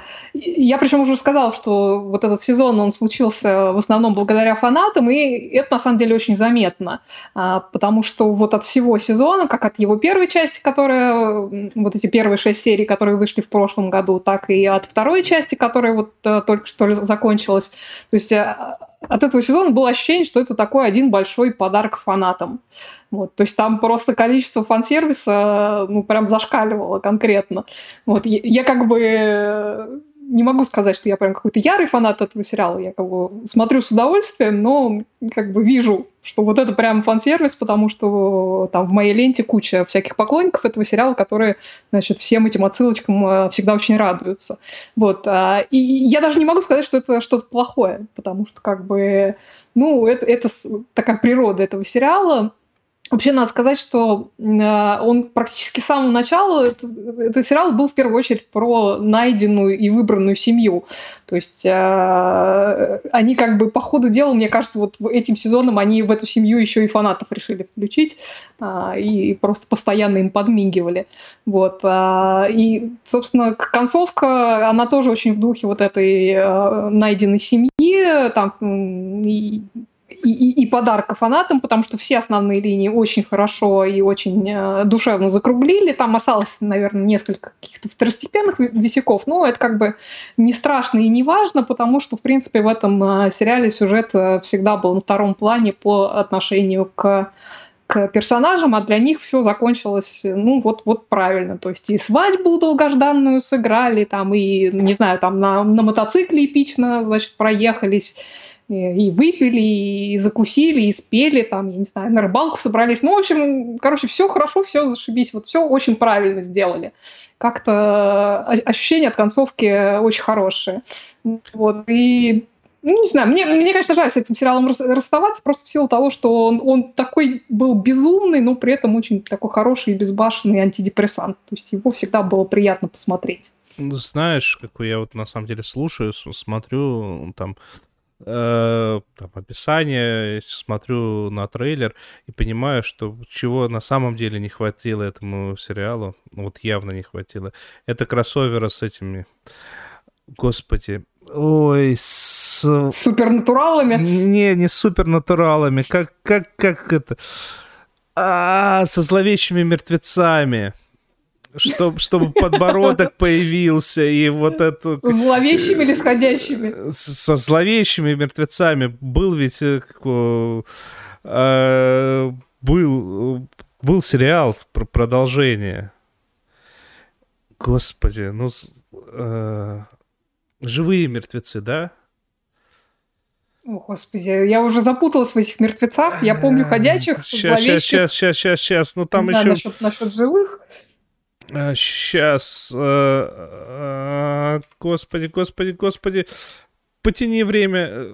Я причем уже сказала, что вот этот сезон, он случился в основном благодаря фанатам, и это на самом деле очень заметно, потому что вот от всего сезона, как от его первой части, которая, вот эти первые шесть серий, которые вышли в прошлом году, так и от второй части, которая вот uh, только что закончилась. То есть uh, от этого сезона было ощущение, что это такой один большой подарок фанатам. Вот, то есть там просто количество фан-сервиса, ну, прям зашкаливало конкретно. Вот, я, я как бы не могу сказать, что я прям какой-то ярый фанат этого сериала. Я как бы смотрю с удовольствием, но как бы вижу, что вот это прям фан-сервис, потому что там в моей ленте куча всяких поклонников этого сериала, которые, значит, всем этим отсылочкам всегда очень радуются. Вот. И я даже не могу сказать, что это что-то плохое, потому что как бы, ну, это, это такая природа этого сериала. Вообще, надо сказать, что э, он практически с самого начала, этот, этот сериал был в первую очередь про найденную и выбранную семью. То есть э, они как бы по ходу дела, мне кажется, вот этим сезоном они в эту семью еще и фанатов решили включить э, и просто постоянно им подмигивали. Вот. Э, и, собственно, концовка, она тоже очень в духе вот этой э, найденной семьи, там, и, И, и, и подарка фанатам, потому что все основные линии очень хорошо и очень э, душевно закруглили. Там осталось, наверное, несколько каких-то второстепенных висяков, но это как бы не страшно и не важно, потому что, в принципе, в этом э, сериале сюжет э, всегда был на втором плане по отношению к, к персонажам, а для них все закончилось, ну, вот, вот правильно. То есть и свадьбу долгожданную сыграли, там, и, не знаю, там на, на мотоцикле эпично, значит, проехались, и выпили, и закусили, и спели, там, я не знаю, на рыбалку собрались. Ну, в общем, короче, все хорошо, все зашибись, вот все очень правильно сделали. Как-то ощущение от концовки очень хорошее. Вот, и, ну, не знаю, мне, мне, конечно, жаль с этим сериалом расставаться, просто в силу того, что он, он такой был безумный, но при этом очень такой хороший и безбашенный антидепрессант. То есть его всегда было приятно посмотреть. Ну, знаешь, какой я вот на самом деле слушаю, смотрю, там... там, описание, смотрю на трейлер и понимаю, что чего на самом деле не хватило этому сериалу, вот явно не хватило, это кроссовера с этими, господи, ой, с... Супернатуралами? Не, не с супернатуралами, как, как, как это, а, со зловещими мертвецами. Чтобы, чтобы подбородок появился, и вот это... Зловещими или сходящими? Со зловещими мертвецами. Был ведь... Как, э, был, был сериал про продолжение. Господи, ну... Э, живые мертвецы, да? О, Господи, я уже запуталась в этих мертвецах. Я помню ходячих, сейчас, зловещих. Сейчас, сейчас, сейчас, сейчас. Ну там Не еще... знаю, насчет, насчет живых. Сейчас, господи, господи, господи, потяни время.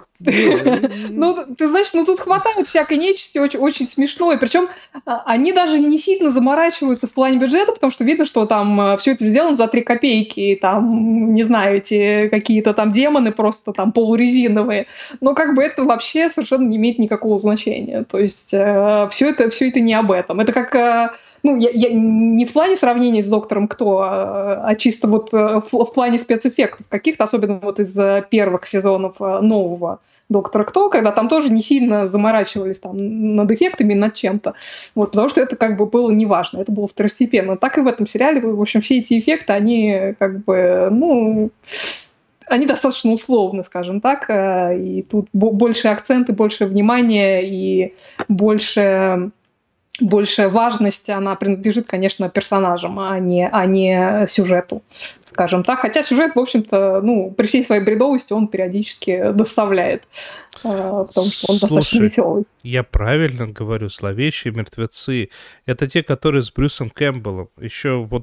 Ну, ты знаешь, ну тут хватает всякой нечисти, очень, очень смешной. Причем они даже не сильно заморачиваются в плане бюджета, потому что видно, что там все это сделано за три копейки. Там, не знаю, эти какие-то там демоны просто там полурезиновые. Но как бы это вообще совершенно не имеет никакого значения. То есть э, все это, все это не об этом. Это как... Э, ну, я, я не в плане сравнения с «Доктором Кто», а, а чисто вот в, в плане спецэффектов каких-то, особенно вот из первых сезонов нового «Доктора Кто», когда там тоже не сильно заморачивались там над эффектами, над чем-то, вот, потому что это как бы было неважно, это было второстепенно. Так и в этом сериале, в общем, все эти эффекты, они как бы, ну... Они достаточно условны, скажем так, и тут больше акценты, больше внимания и больше... большая важность, она принадлежит, конечно, персонажам, а не, а не сюжету, скажем так. Хотя сюжет, в общем-то, ну, при всей своей бредовости он периодически доставляет, потому что он достаточно веселый. Я правильно говорю, «Зловещие мертвецы» — это те, которые с Брюсом Кэмпбеллом. Еще вот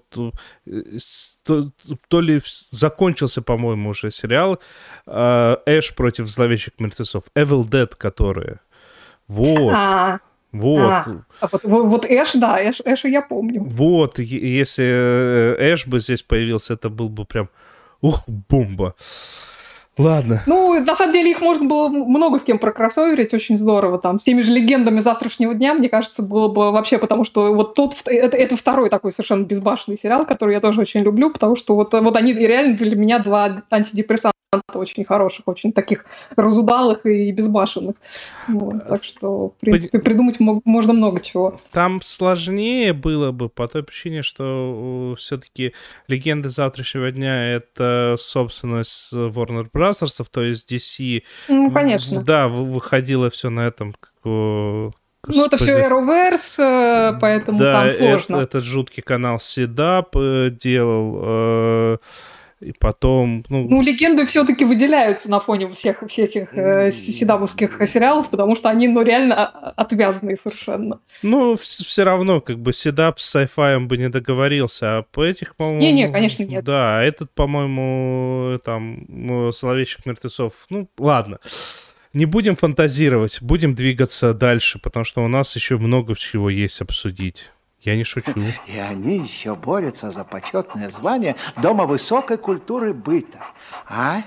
то, то ли закончился, по-моему, уже сериал «Эш против зловещих мертвецов», «Evil Dead», которые. Вот. А-а-а. Вот. А, вот, вот Эш, да, Эш, Эша я помню. Вот, если Эш бы здесь появился, это был бы прям, ух, бомба. Ладно. Ну, на самом деле, их можно было много с кем прокроссоверить, очень здорово. Там, с теми же легендами завтрашнего дня, мне кажется, было бы вообще, потому что вот тот, это, это второй такой совершенно безбашенный сериал, который я тоже очень люблю, потому что вот, вот они реально для меня два антидепрессанта очень хороших, очень таких разудалых и безбашенных. Вот, так что, в принципе, придумать можно много чего. Там сложнее было бы по той причине, что все-таки «Легенды завтрашнего дня» — это собственность Warner Bros., то есть ди си. Ну, конечно. Да, выходило все на этом... Ну, это все Arrowverse, поэтому да, там сложно. Да, этот жуткий канал Седап делал... И потом... Ну, ну легенды все-таки выделяются на фоне всех, всех этих э, седабовских сериалов, потому что они, ну, реально отвязанные совершенно. Ну, все равно, как бы, Седап с сайфаем бы не договорился, а по этих, по-моему... Не-не, конечно, нет. Да, этот, по-моему, там, «Зловещих мертвецов», ну, ладно. не будем фантазировать, будем двигаться дальше, потому что у нас еще много чего есть обсудить. Я не шучу. И они еще борются за почетное звание Дома высокой культуры быта. А?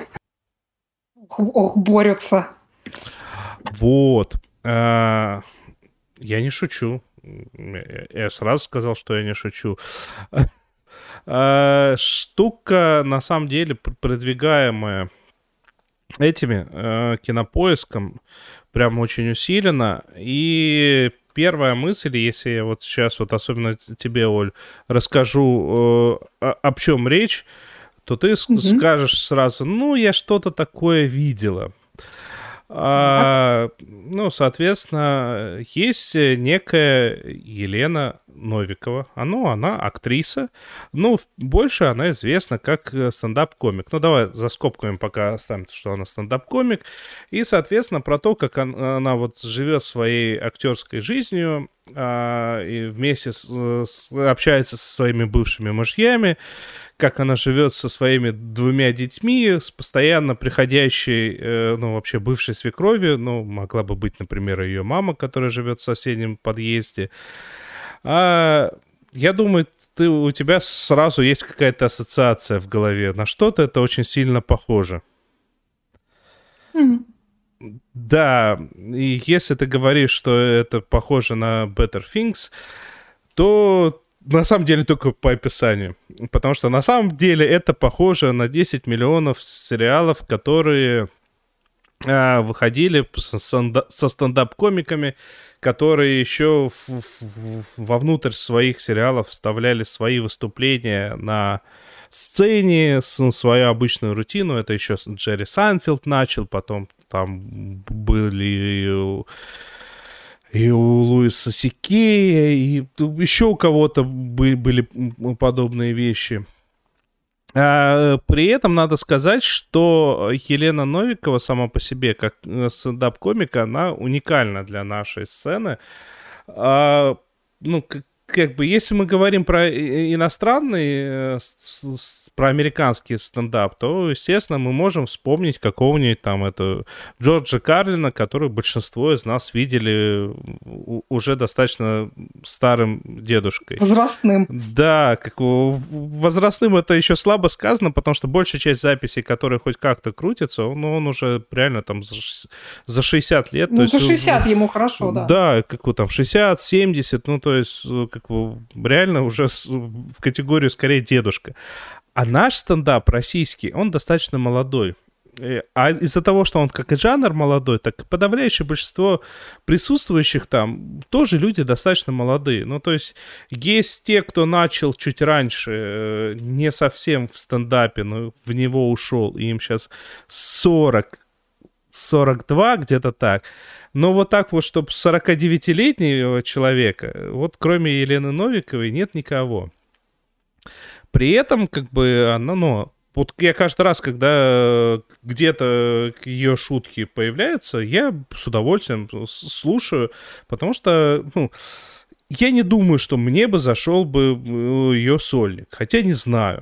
Ох, борются. Вот. А, я не шучу. Я сразу сказал, что я не шучу. А, штука, на самом деле, продвигаемая этими э, кинопоиском, прям очень усиленно. И первая мысль, если я вот сейчас, вот особенно тебе, Оль, расскажу, э, о, об чем речь, то ты mm-hmm. скажешь сразу, ну, я что-то такое видела. А, ну, соответственно, есть некая Елена Новикова. Ну, она актриса. Ну, больше она известна как стендап-комик. Ну, давай за скобками пока оставим, что она стендап-комик. И, соответственно, про то, как она, она вот живет своей актерской жизнью а, и вместе с, с, общается со своими бывшими мужьями, как она живет со своими двумя детьми, с постоянно приходящей, э, ну, вообще бывшей свекровью, ну, могла бы быть, например, ее мама, которая живет в соседнем подъезде. А, я думаю, ты, у тебя сразу есть какая-то ассоциация в голове. На что-то это очень сильно похоже. Mm-hmm. Да, и если ты говоришь, что это похоже на Better Things, то на самом деле только по описанию. Потому что на самом деле это похоже на десять миллионов сериалов, которые а, выходили со, со стендап-комиками, которые еще в, в, вовнутрь своих сериалов вставляли свои выступления на сцене, ну, свою обычную рутину. Это еще Джерри Сайнфелд начал, потом там были... И у Луиса Сикея, и еще у кого-то были подобные вещи. А при этом надо сказать, что Елена Новикова сама по себе, как стендап-комик, она уникальна для нашей сцены. А, ну, как, как бы, если мы говорим про иностранный, про американский стендап, то, естественно, мы можем вспомнить какого-нибудь там это Джорджа Карлина, который большинство из нас видели уже достаточно старым дедушкой. Возрастным. Да, как возрастным это еще слабо сказано, потому что большая часть записей, которые хоть как-то крутятся, он, он уже реально там за шестьдесят лет. Ну, то за есть, шестьдесят ему хорошо, да. Да, как вот там шестьдесят, семьдесят, ну, то есть, как бы реально уже в категорию скорее дедушка. А наш стендап российский, он достаточно молодой. А из-за того, что он как и жанр молодой, так и подавляющее большинство присутствующих там тоже люди достаточно молодые. Ну, то есть есть те, кто начал чуть раньше, не совсем в стендапе, но в него ушел, и им сейчас сорок, сорок два, где-то так. Но вот так вот, чтобы сорокадевятилетнего человека, вот кроме Елены Новиковой, нет никого. При этом, как бы, она, ну, вот я каждый раз, когда где-то ее шутки появляются, я с удовольствием слушаю, потому что, ну, я не думаю, что мне бы зашел бы ее сольник, хотя не знаю.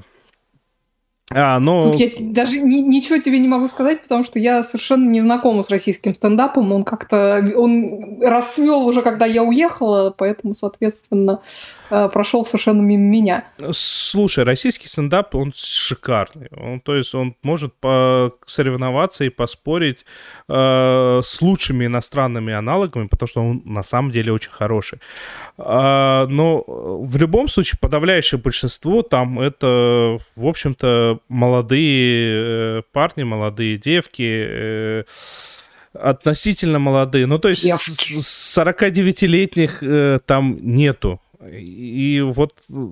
А, но... Тут я даже ни, ничего тебе не могу сказать, потому что я совершенно не знакома с российским стендапом. Он как-то он расцвел уже, когда я уехала, поэтому, соответственно, прошел совершенно мимо меня. Слушай, российский стендап, он шикарный. Он, то есть он может соревноваться и поспорить э, с лучшими иностранными аналогами, потому что он на самом деле очень хороший. А, но в любом случае подавляющее большинство там это, в общем-то, молодые парни, молодые девки, э, относительно молодые. Ну, то есть девки. сорокадевятилетних э, там нету. И вот,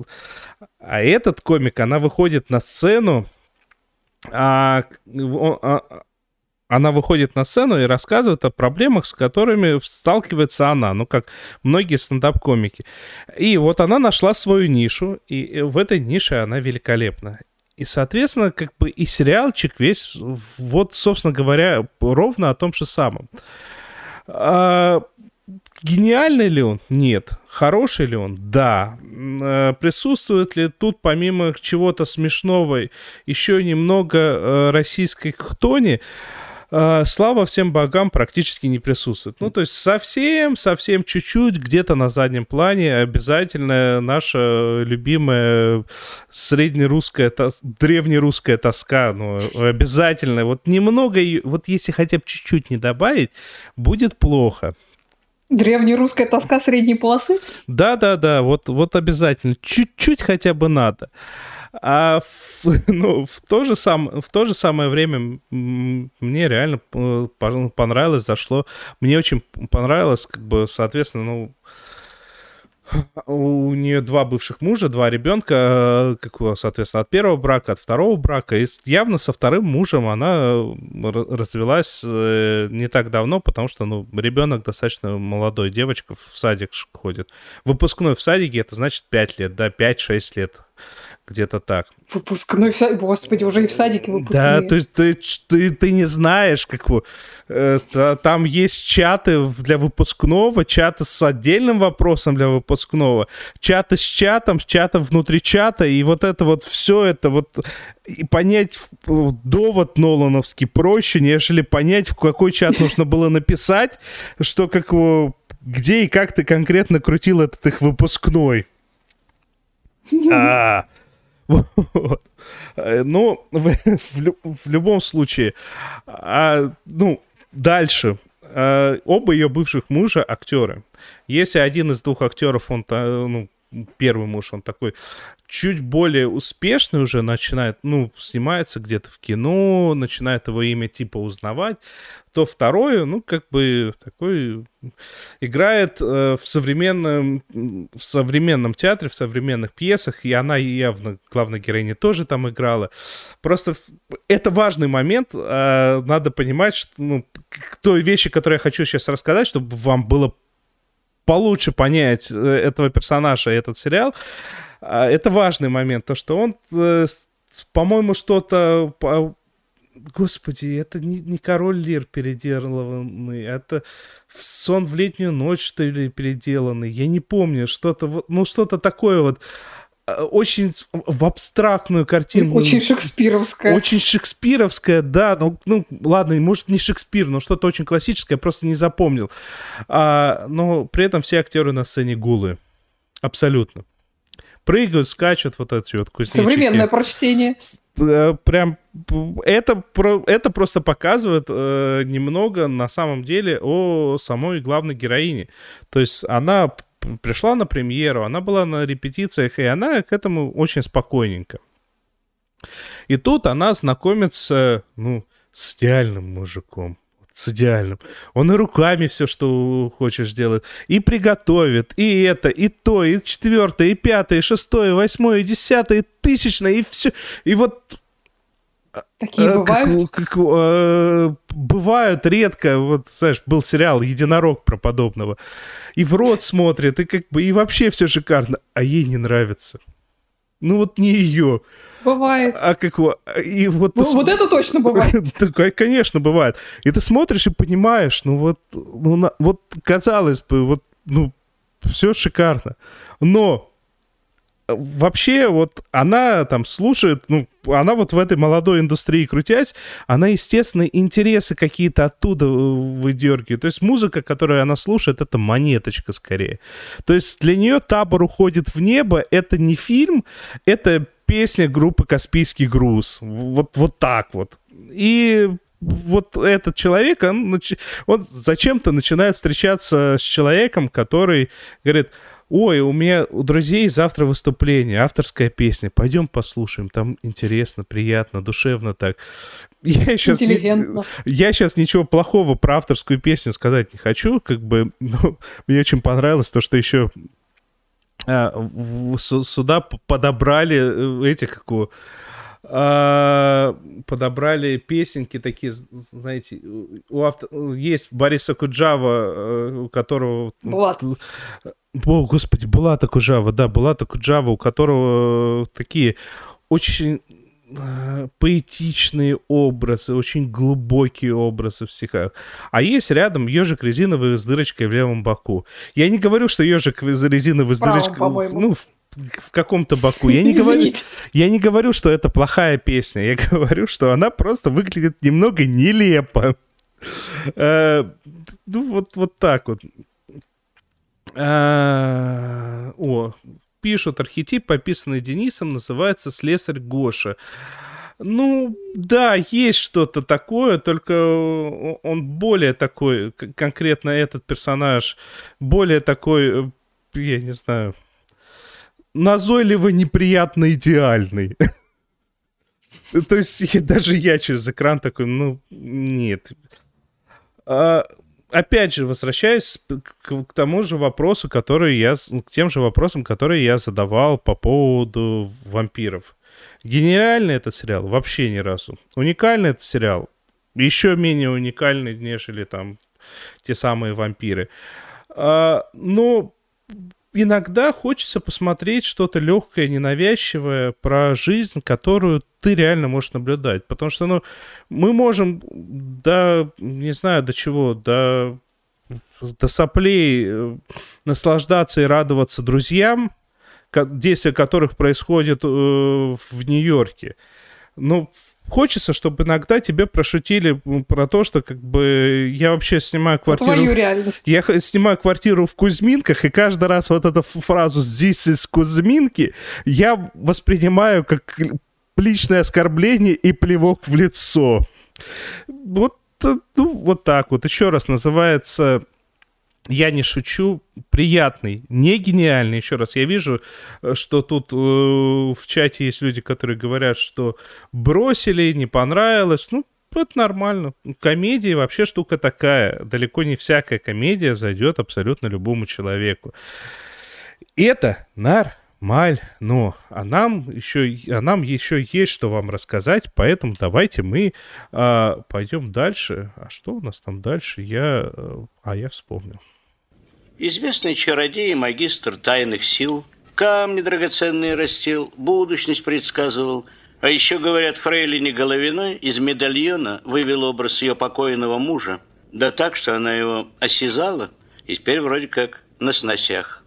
а этот комик, она выходит на сцену, а, а, она выходит на сцену и рассказывает о проблемах, с которыми сталкивается она, ну, как многие стендап-комики. И вот она нашла свою нишу, и в этой нише она великолепна. И, соответственно, как бы и сериальчик весь, вот, собственно говоря, ровно о том же самом. А, гениальный ли он? Нет. Хороший ли он? Да. Присутствует ли тут, помимо чего-то смешного, еще немного российской хтони? э, слава всем богам практически не присутствует. Ну, то есть совсем, совсем чуть-чуть где-то на заднем плане обязательно наша любимая среднерусская, тос... древнерусская тоска, ну, обязательно. Вот немного, вот если хотя бы чуть-чуть не добавить, будет плохо. Древнерусская тоска средней полосы? Да-да-да, вот, вот обязательно. Чуть-чуть хотя бы надо. А в, ну, в, то же сам, в то же самое время мне реально понравилось, зашло. Мне очень понравилось, как бы, соответственно, ну, у нее два бывших мужа, два ребенка, как, соответственно, от первого брака, от второго брака. И явно со вторым мужем она развелась не так давно, потому что, ну, ребенок достаточно молодой, девочка в садик ходит. Выпускной в садике, это значит пять лет, да, пять-шесть лет. Где-то так. Выпускной в садике? Господи, уже и в садике выпускные. Да, то есть ты, ты, ты не знаешь, как это, там есть чаты для выпускного, чаты с отдельным вопросом для выпускного, чаты с чатом, с чатом внутри чата, и вот это вот все это вот... И понять довод нолановский проще, нежели понять, в какой чат нужно было написать, что как его... Где и как ты конкретно крутил этот их выпускной. А, вот. Ну, в, в, в любом случае, а, ну, дальше. А, оба ее бывших мужа актеры. Если один из двух актеров, он, ну, первый муж, он такой чуть более успешный уже начинает, ну, снимается где-то в кино, начинает его имя типа узнавать, то второй, ну, как бы такой играет э, в современном, в современном театре, в современных пьесах, и она явно, главная героиня, тоже там играла. Просто это важный момент, э, надо понимать, что, ну, к той вещи, которую я хочу сейчас рассказать, чтобы вам было получше понять этого персонажа и этот сериал, это важный момент, то, что он, по-моему, что-то... Господи, это не, не Король Лир переделанный, это Сон в летнюю ночь, что ли, переделанный. Я не помню, что-то, ну, что-то такое вот, очень в абстрактную картину. Очень шекспировская. Очень шекспировская, да. Ну, ну ладно, может, не Шекспир, но что-то очень классическое, просто не запомнил. А, но при этом все актеры на сцене голые. Абсолютно. Прыгают, скачут, вот эти вот кузнечики. Современное прочтение. Прям это, это просто показывает э, немного на самом деле о самой главной героине. То есть она пришла на премьеру, она была на репетициях, и она к этому очень спокойненько. И тут она знакомится, ну, с идеальным мужиком. С идеальным. Он и руками все, что хочешь, делает. И приготовит, и это, и то, и четвертое, и пятое, и шестое, и восьмое, и десятое, и тысячное, и все. И вот... Такие э, бывают? Как, как, э, бывают редко. Вот, знаешь, был сериал «Единорог» про подобного. И в рот смотрит, и как бы, и вообще все шикарно. А ей не нравится. Ну вот не ее. Бывает. А как и вот, ну, ты... вот это точно бывает. Конечно, бывает. И ты смотришь и понимаешь, ну вот, ну, на... вот казалось бы, вот, ну, все шикарно. Но вообще вот она там слушает, ну, она вот в этой молодой индустрии крутясь, она, естественно, интересы какие-то оттуда выдергивает. То есть музыка, которую она слушает, это монеточка скорее. То есть для нее «Табор уходит в небо» — это не фильм, это песня группы «Каспийский груз». Вот, вот так вот. И вот этот человек, он, он зачем-то начинает встречаться с человеком, который говорит: ой, у меня у друзей завтра выступление, авторская песня, пойдем послушаем, там интересно, приятно, душевно так. Я сейчас, Интеллигентно. Я сейчас ничего плохого про авторскую песню сказать не хочу, как бы, ну, мне очень понравилось то, что еще а, в, сюда подобрали этих, как у, а, подобрали песенки такие, знаете, у автор, есть Борис Акуджава, у которого... Булат. О, господи, Булат Акуджава, да, Булат Акуджава, у которого такие очень э, поэтичные образы, очень глубокие образы в стихах. А есть рядом ежик резиновый с дырочкой в левом боку. Я не говорю, что ежик резиновый с дырочкой... по-моему. Ну, в, в каком-то боку. Я не говорю, я не говорю, что это плохая песня. Я говорю, что она просто выглядит немного нелепо. Ну, вот, вот так вот. О, пишут, архетип, описанный Денисом, называется «Слесарь Гоша». Ну, да, есть что-то такое, только он более такой, конкретно этот персонаж, более такой, я не знаю, назойливо неприятно идеальный. То есть даже я через экран такой, ну, нет. Опять же, возвращаясь к тому же вопросу, который я, к тем же вопросам, которые я задавал по поводу вампиров. Гениальный этот сериал? Вообще ни разу. Уникальный этот сериал? Еще менее уникальный, нежели там те самые вампиры. А, но иногда хочется посмотреть что-то легкое, ненавязчивое про жизнь, которую ты реально можешь наблюдать. Потому что, ну, мы можем, до, не знаю, до чего, до, до соплей наслаждаться и радоваться друзьям, действия которых происходят э, в Нью-Йорке. Но хочется, чтобы иногда тебе прошутили про то, что как бы я вообще снимаю квартиру... Твою реальность. Я снимаю квартиру в Кузьминках, и каждый раз вот эту фразу «здесь из Кузьминки» я воспринимаю как личное оскорбление и плевок в лицо. Вот, ну, вот так вот. Еще раз, называется... Я не шучу, приятный, не гениальный. Еще раз, я вижу, что тут э, в чате есть люди, которые говорят, что бросили, не понравилось. Ну, это нормально. Комедия вообще штука такая. Далеко не всякая комедия зайдет абсолютно любому человеку. Это нормально. А нам еще, а нам еще есть что вам рассказать, поэтому давайте мы э, пойдем дальше. А что у нас там дальше? Я, э, а я вспомнил. Известный чародей и магистр тайных сил, камни драгоценные растил, будущность предсказывал. А еще, говорят, фрейлине Головиной из медальона вывел образ ее покойного мужа. Да так, что она его осязала, и теперь вроде как на сносях.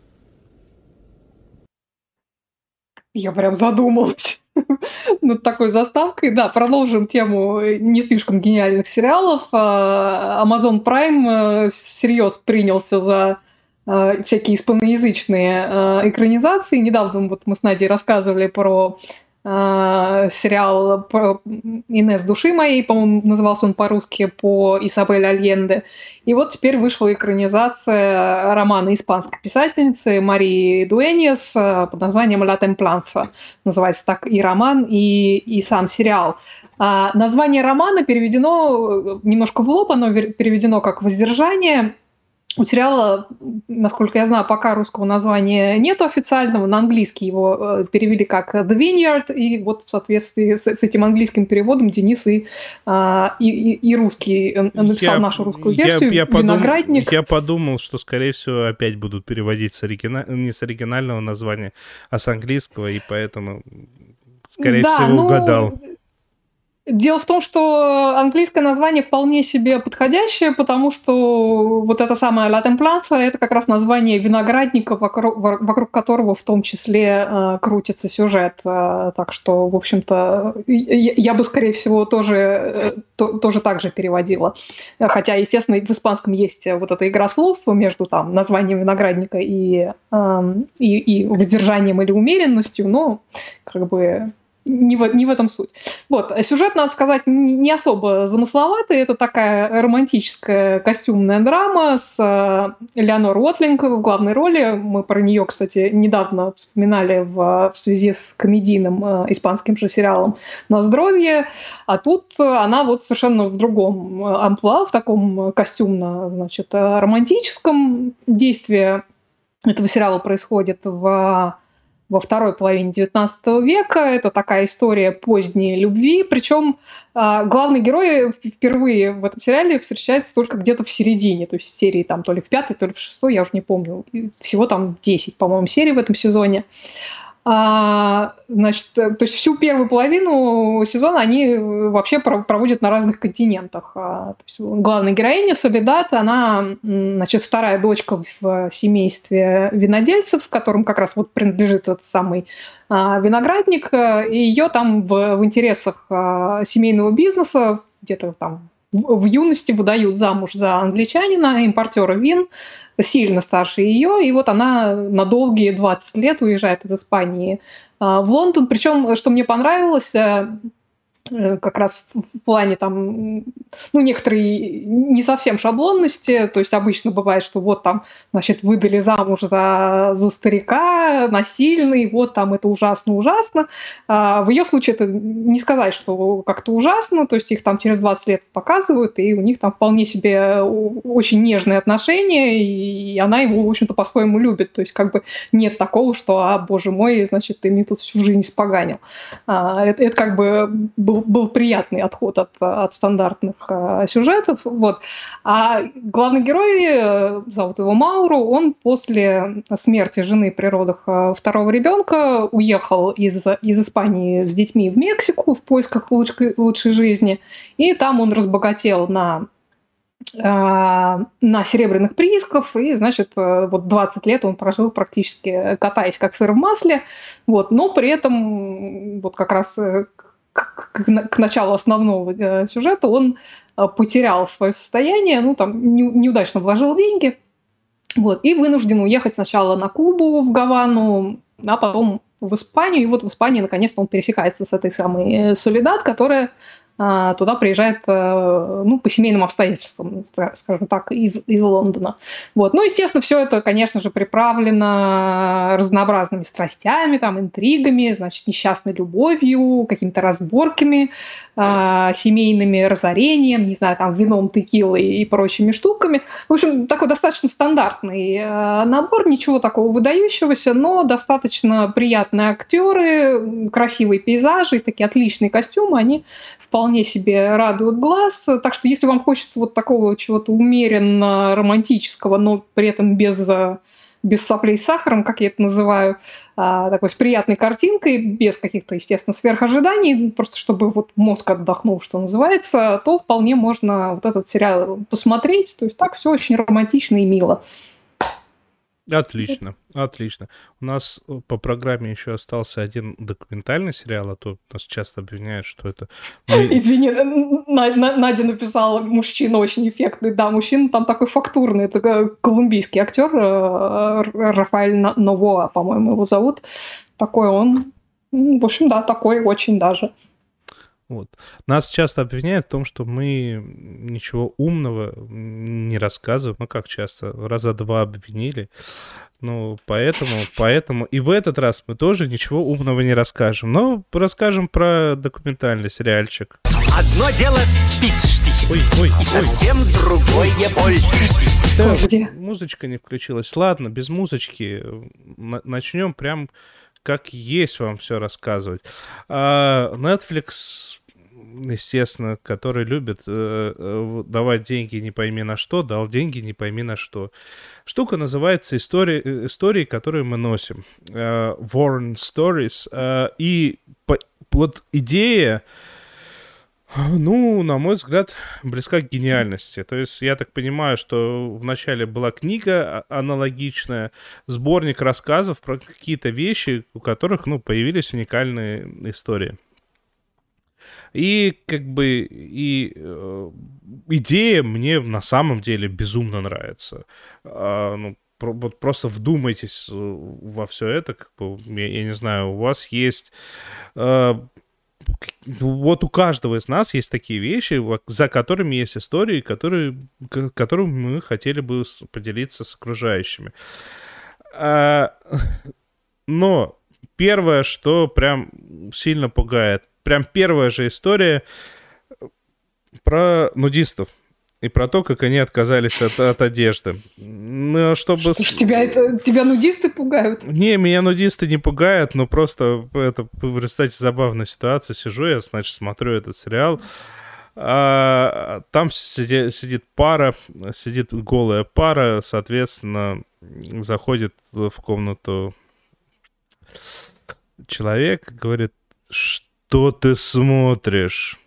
Я прям задумалась над такой заставкой. Да, продолжим тему не слишком гениальных сериалов. Amazon Prime всерьез принялся за всякие испаноязычные экранизации. Недавно вот мы с Надей рассказывали про сериал про «Инесс души моей», по-моему, назывался он по-русски, по Исабель Альенде. И вот теперь вышла экранизация романа испанской писательницы Марии Дуэньес под названием «Ла Темпланца». Называется так и роман, и, и сам сериал. А название романа переведено немножко в лоб, оно переведено как «Воздержание». У сериала, насколько я знаю, пока русского названия нету официального. На английский его перевели как «The Vineyard», и вот в соответствии с, с этим английским переводом Денис и, и, и русский написал я, нашу русскую версию я, я «Виноградник». Подум, я подумал, что, скорее всего, опять будут переводить с оригина... не с оригинального названия, а с английского, и поэтому, скорее да, всего, ну... угадал. Дело в том, что английское название вполне себе подходящее, потому что вот это самое «La Templanza» — это как раз название виноградника, вокруг, вокруг которого в том числе э, крутится сюжет. Э, так что, в общем-то, я, я бы, скорее всего, тоже, э, то, тоже так же переводила. Хотя, естественно, в испанском есть вот эта игра слов между там, названием виноградника и, э, и, и воздержанием или умеренностью, но как бы... Не в, не в этом суть. Вот. Сюжет, надо сказать, не особо замысловатый. Это такая романтическая костюмная драма с Элеонор Уотлинг в главной роли. Мы про нее, кстати, недавно вспоминали в, в связи с комедийным э, испанским же сериалом «На здоровье». А тут она вот совершенно в другом амплуа, в таком костюмно, значит, романтическом. Действие этого сериала происходит в... во второй половине девятнадцатого века. Это такая история поздней любви. Причем э, главный герой впервые в этом сериале встречается только где-то в середине. То есть серии там то ли в пятой, то ли в шестой, я уже не помню. Всего там десять, по-моему, серий в этом сезоне. А, значит, то есть всю первую половину сезона они вообще проводят на разных континентах. А, то есть главная героиня Соледад, она, значит, вторая дочка в семействе винодельцев, которым как раз вот принадлежит этот самый а, виноградник, и ее там в, в интересах а, семейного бизнеса где-то там в юности выдают замуж за англичанина, импортера вин, сильно старше ее, и вот она на долгие двадцать лет уезжает из Испании в Лондон. Причем, что мне понравилось, как раз в плане там, ну, некоторые не совсем шаблонности, то есть обычно бывает, что вот там, значит, выдали замуж за, за старика, насильный, вот там это ужасно-ужасно. А в ее случае это не сказать, что как-то ужасно, то есть их там через двадцать лет показывают, и у них там вполне себе очень нежные отношения, и она его, в общем-то, по-своему любит, то есть как бы нет такого, что, а, боже мой, значит, ты мне тут всю жизнь испоганил. А, это, это как бы был был приятный отход от, от стандартных э, сюжетов. Вот. А главный герой, э, зовут его Мауру, он после смерти жены при родах э, второго ребенка уехал из, из Испании с детьми в Мексику в поисках лучшей, лучшей жизни. И там он разбогател на на серебряных приисков, и, значит, вот двадцать лет он прожил практически катаясь как сыр в масле, вот, но при этом вот как раз к, к, к началу основного э, сюжета он э, потерял свое состояние, ну, там, не, неудачно вложил деньги, вот, и вынужден уехать сначала на Кубу, в Гавану, а потом в Испанию, и вот в Испании, наконец-то, он пересекается с этой самой Соледад, которая э, туда приезжает, э, ну, по семейным обстоятельствам, скажем так, из, из Лондона. Вот. Ну, естественно, все это, конечно же, приправлено разнообразными страстями, там, интригами, значит, несчастной любовью, какими-то разборками, э, семейными разорением, не знаю, там, вином, текилой и прочими штуками. В общем, такой достаточно стандартный э, набор, ничего такого выдающегося, но достаточно приятные актеры, красивые пейзажи, такие отличные костюмы, они вполне себе радуют глаз. Так что если вам хочется вот такого чего-то умеренно романтического, но при этом без, без соплей с сахаром, как я это называю, такой с приятной картинкой, без каких-то, естественно, сверхожиданий, просто чтобы вот мозг отдохнул, что называется, то вполне можно вот этот сериал посмотреть. То есть так все очень романтично и мило. Отлично, отлично. У нас по программе еще остался один документальный сериал, а то нас часто обвиняют, что это... Мы... Извини, Надя написала, мужчина очень эффектный. Да, мужчина там такой фактурный. Это колумбийский актер, Рафаэль Новоа, по-моему, его зовут. Такой он, в общем, да, такой очень даже. Вот. Нас часто обвиняют в том, что мы ничего умного не рассказываем. Ну, как часто? Раза два обвинили. Ну, поэтому, поэтому и в этот раз мы тоже ничего умного не расскажем. Но расскажем про документальный сериальчик. Одно дело спичштихи, ой, ой, и совсем ой. другое больше. Да, где? Музычка не включилась. Ладно, без музычки. Начнем прям... как есть вам все рассказывать. А Netflix, естественно, который любит э, давать деньги не пойми на что, дал деньги не пойми на что. Штука называется «Истории, истории которые мы носим». Э, Worn Stories. Э, и по, вот идея, ну, на мой взгляд, близка к гениальности. То есть я так понимаю, что вначале была книга аналогичная, сборник рассказов про какие-то вещи, у которых, ну, появились уникальные истории. И как бы и э, идея мне на самом деле безумно нравится. А, ну, про, вот просто вдумайтесь во все это. Как бы, я, я не знаю, у вас есть... Э, вот у каждого из нас есть такие вещи, за которыми есть истории, которые, которыми мы хотели бы поделиться с окружающими. Но первое, что прям сильно пугает, прям первая же история про нудистов. И про то, как они отказались от, от одежды. Ну, чтобы... Что ж, тебя, это, тебя нудисты пугают? Не, меня нудисты не пугают, но просто это, в результате забавной ситуации сижу я, значит, смотрю этот сериал. А, там сидит, сидит пара, сидит голая пара, соответственно, заходит в комнату человек говорит, что ты смотришь?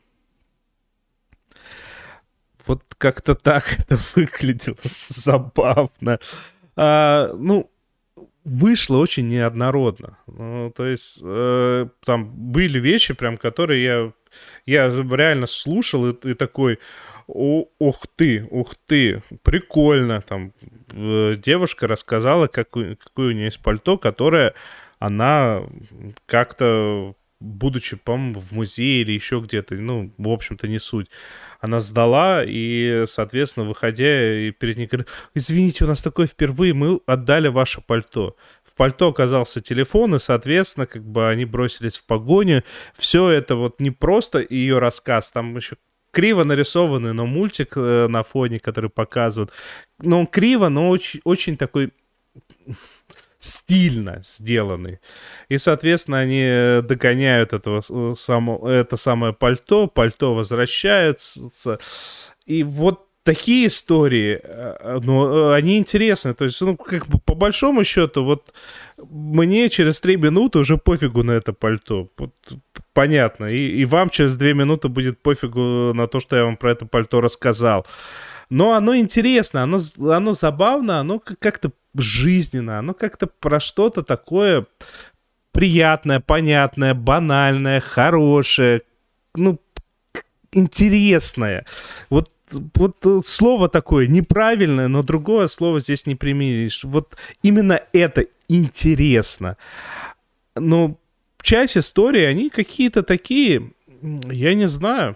Вот как-то так это выглядело забавно. А, ну, вышло очень неоднородно. Ну, то есть э, там были вещи, прям, которые я, я реально слушал и, и такой, О, ух ты, ух ты, прикольно. Там э, девушка рассказала, какое, какое у нее есть пальто, которое она как-то, будучи, по-моему, в музее или еще где-то, ну, в общем-то, не суть, она сдала, и, соответственно, выходя, и перед ней говорит, извините, у нас такое впервые, мы отдали ваше пальто. В пальто оказался телефон, и, соответственно, как бы они бросились в погоню. Все это вот не просто ее рассказ, там еще криво нарисованный, но мультик на фоне, который показывают. Но он криво, но очень, очень такой стильно сделанный. И, соответственно, они догоняют этого, само, это самое пальто, пальто возвращается. И вот такие истории, ну, они интересны. То есть, ну, как бы по большому счету, вот мне через три минуты уже пофигу на это пальто. Вот, понятно. И, и вам через две минуты будет пофигу на то, что я вам про это пальто рассказал. Но оно интересно, оно, оно забавно, оно как-то жизненно, оно как-то про что-то такое приятное, понятное, банальное, хорошее, ну, интересное. Вот, вот слово такое неправильное, но другое слово здесь не применишь. Вот именно это интересно. Но часть истории, они какие-то такие, я не знаю,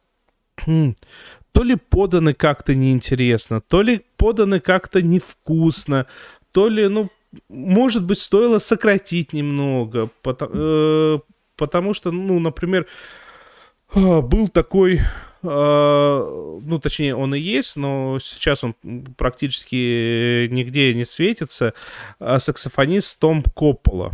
то ли поданы как-то неинтересно, то ли поданы как-то невкусно, то ли, ну, может быть, стоило сократить немного, потому, э, потому что, ну, например, был такой, э, ну, точнее, он и есть, но сейчас он практически нигде не светится, саксофонист Том Коппола.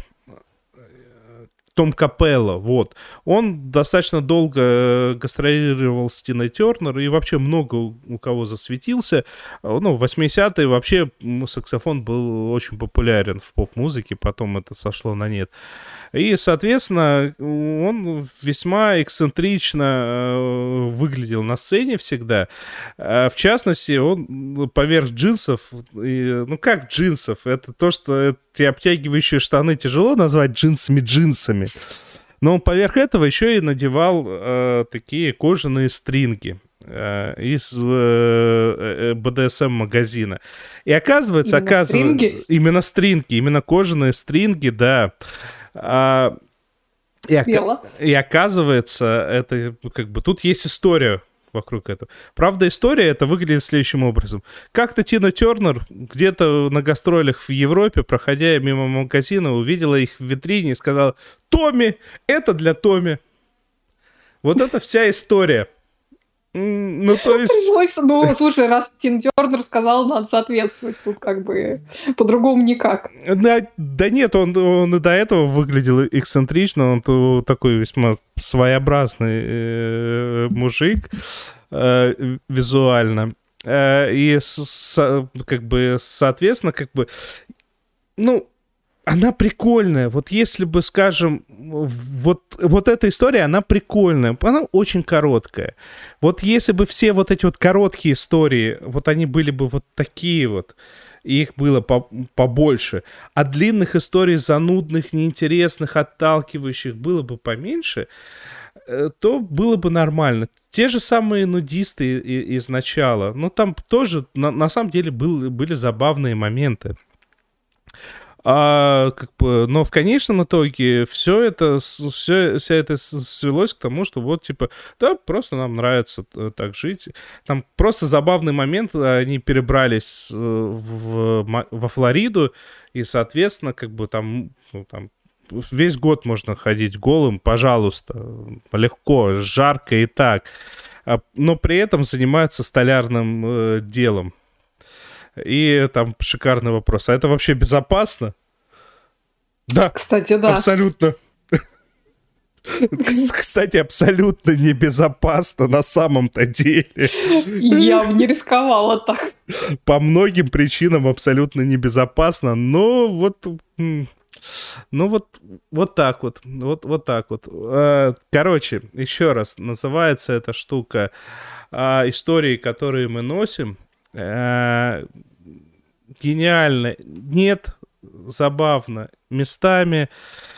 Том Капелло, вот. Он достаточно долго гастролировал с Тиной Тернер и вообще много у кого засветился. Ну, в восьмидесятые вообще саксофон был очень популярен в поп-музыке, потом это сошло на нет. И, соответственно, он весьма эксцентрично выглядел на сцене всегда. В частности, он поверх джинсов, ну как джинсов, это то, что эти обтягивающие штаны тяжело назвать джинсами-джинсами. Но он поверх этого еще и надевал э, такие кожаные стринги э, из э, бэ дэ эс эм-магазина. И оказывается, именно оказывается... Стринги? Именно стринги, именно кожаные стринги, да. А, и, ока- и оказывается, это как бы тут есть история вокруг этого. Правда, история это выглядит следующим образом. Как-то Тина Тернер где-то на гастролях в Европе, проходя мимо магазина, увидела их в витрине и сказала: «Томми, это для Томми». Вот это вся история. Ну, то есть... Пришлось, ну, слушай, раз Тин Тернер сказал, надо соответствовать. Тут как бы по-другому никак. Да, да нет, он, он и до этого выглядел эксцентрично, он такой весьма своеобразный э, мужик э, визуально. Э, и с, как бы, соответственно, как бы, ну, она прикольная. Вот если бы, скажем, вот, вот эта история, она прикольная. Она очень короткая. Вот если бы все вот эти вот короткие истории, вот они были бы вот такие вот, и их было по- побольше, а длинных историй, занудных, неинтересных, отталкивающих было бы поменьше, то было бы нормально. Те же самые нудисты из начала, ну там тоже на, на самом деле был, были забавные моменты. А, как бы, но в конечном итоге все это, все, все это свелось к тому, что вот, типа, да, просто нам нравится так жить. Там просто забавный момент, они перебрались в, в, во Флориду, и, соответственно, как бы там, ну, там весь год можно ходить голым, пожалуйста, легко, жарко и так. Но при этом занимаются столярным э, делом. И там шикарный вопрос. А это вообще безопасно? Да. Кстати, да. Абсолютно. Кстати, абсолютно небезопасно на самом-то деле. Я бы не рисковала так. По многим причинам абсолютно небезопасно. Но вот Ну вот, вот так вот, вот, вот так вот. Короче, еще раз, называется эта штука «Истории, которые мы носим». Гениально. Нет, забавно. Местами.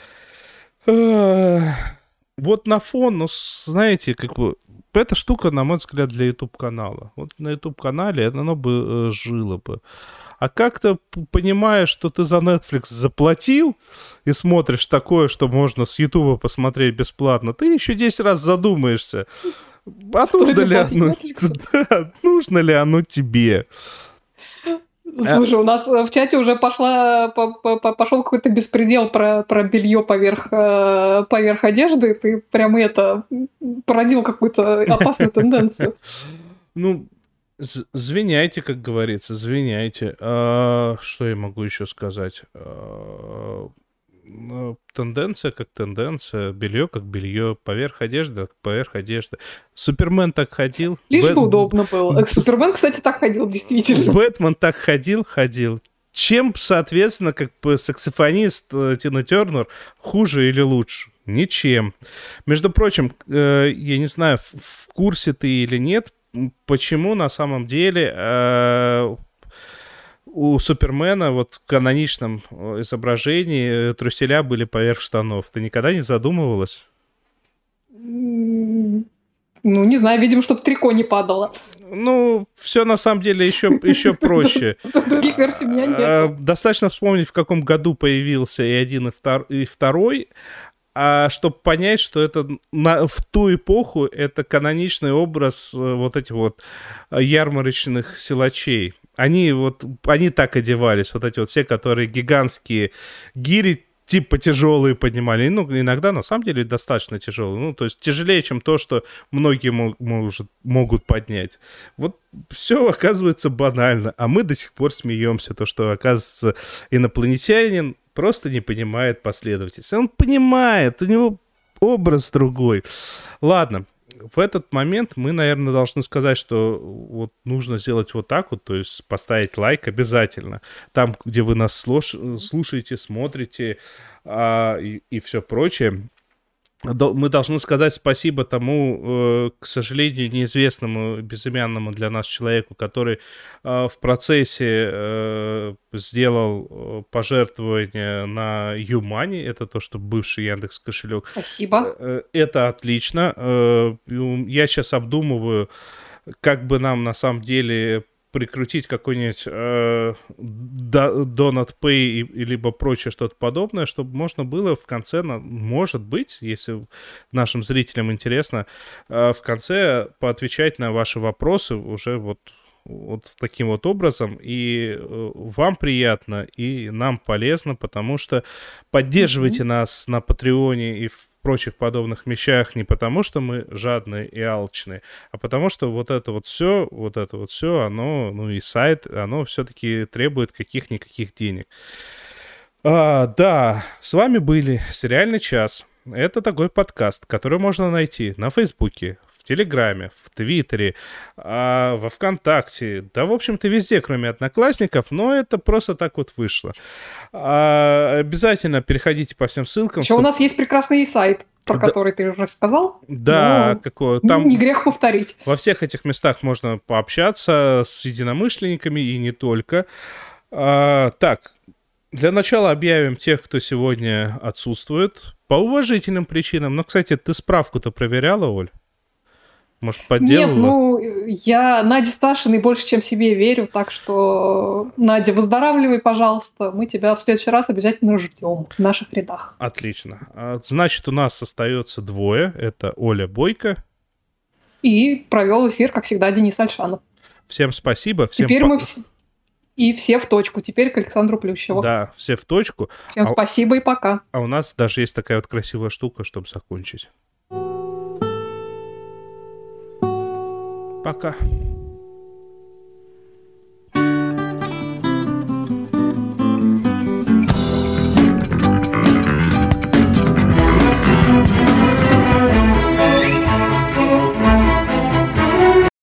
Вот на фон, ну, знаете, как бы, эта штука, на мой взгляд, для YouTube-канала. Вот на YouTube-канале оно бы э, жило бы. А как-то, понимая, что ты за Netflix заплатил и смотришь такое, что можно с YouTube посмотреть бесплатно, ты еще десять раз задумаешься, а нужно ли, оно, да, нужно ли оно тебе? Слушай, у нас в чате уже пошла, по, по, пошел какой-то беспредел про, про белье поверх, поверх одежды. Ты прям это породил какую-то опасную тенденцию. Ну, звиняйте, как говорится, звиняйте. А, что я могу еще сказать? А, тенденция как тенденция, белье как белье, поверх одежды как поверх одежды. Супермен так ходил. Лишь Бэт... бы удобно было. Супермен, кстати, так ходил, действительно. Бэтмен так ходил, ходил. Чем, соответственно, как бы саксофонист Тина Тернер хуже или лучше? Ничем. Между прочим, э, я не знаю, в, в курсе ты или нет, почему на самом деле э, у Супермена вот в каноничном изображении труселя были поверх штанов. Ты никогда не задумывалась? Ну, не знаю, видимо, чтобы трико не падало. Ну, все на самом деле еще, еще проще. Других версий у меня нет. Достаточно вспомнить, в каком году появился и один, и, втор, и второй, а чтобы понять, что это на, в ту эпоху это каноничный образ вот этих вот ярмарочных силачей. Они вот, они так одевались, вот эти вот все, которые гигантские гири, типа тяжелые поднимали. Ну, иногда, на самом деле, достаточно тяжелые. Ну, то есть тяжелее, чем то, что многие мог, может, могут поднять. Вот все оказывается банально. А мы до сих пор смеемся, то, что, оказывается, инопланетянин просто не понимает последовательности. Он понимает, у него образ другой. Ладно. В этот момент мы, наверное, должны сказать, что вот нужно сделать вот так вот, то есть поставить лайк обязательно. Там, где вы нас слушаете, смотрите а, и, и все прочее. Мы должны сказать спасибо тому, к сожалению, неизвестному, безымянному для нас человеку, который в процессе сделал пожертвование на Юмани. Это то, что бывший Яндекс.Кошелек. Спасибо. Это отлично. Я сейчас обдумываю, как бы нам на самом деле прикрутить какой-нибудь э, Donut Pay и, либо прочее что-то подобное, чтобы можно было в конце, может быть, если нашим зрителям интересно, э, в конце поотвечать на ваши вопросы уже вот, вот таким вот образом. И э, вам приятно, и нам полезно, потому что поддерживайте mm-hmm. нас на Патреоне и в прочих подобных вещах не потому, что мы жадные и алчные, а потому что вот это вот все, вот это вот все, оно, ну и сайт, оно все-таки требует каких-никаких денег. А, да, с вами были «Сериальный час». Это такой подкаст, который можно найти на Фейсбуке, в Телеграме, в Твиттере, а, во Вконтакте, да, в общем-то, везде, кроме Одноклассников, но это просто так вот вышло. А, обязательно переходите по всем ссылкам. Еще у нас есть прекрасный сайт, про да. который ты уже сказал. Да, какой там... Не грех повторить. Во всех этих местах можно пообщаться с единомышленниками и не только. А, так, для начала объявим тех, кто сегодня отсутствует, по уважительным причинам. Но, кстати, ты справку-то проверяла, Оль? Может, подделала? Нет, ну, я Наде Сташиной больше, чем себе верю, так что, Надя, выздоравливай, пожалуйста, мы тебя в следующий раз обязательно ждем в наших рядах. Отлично. Значит, у нас остается двое. Это Оля Бойко. И провел эфир, как всегда, Денис Альшанов. Всем спасибо. Всем Теперь по... мы вс... и все в точку. Теперь к Александру Плющеву. Да, все в точку. Всем а... спасибо и пока. А у нас даже есть такая вот красивая штука, чтобы закончить. Пока.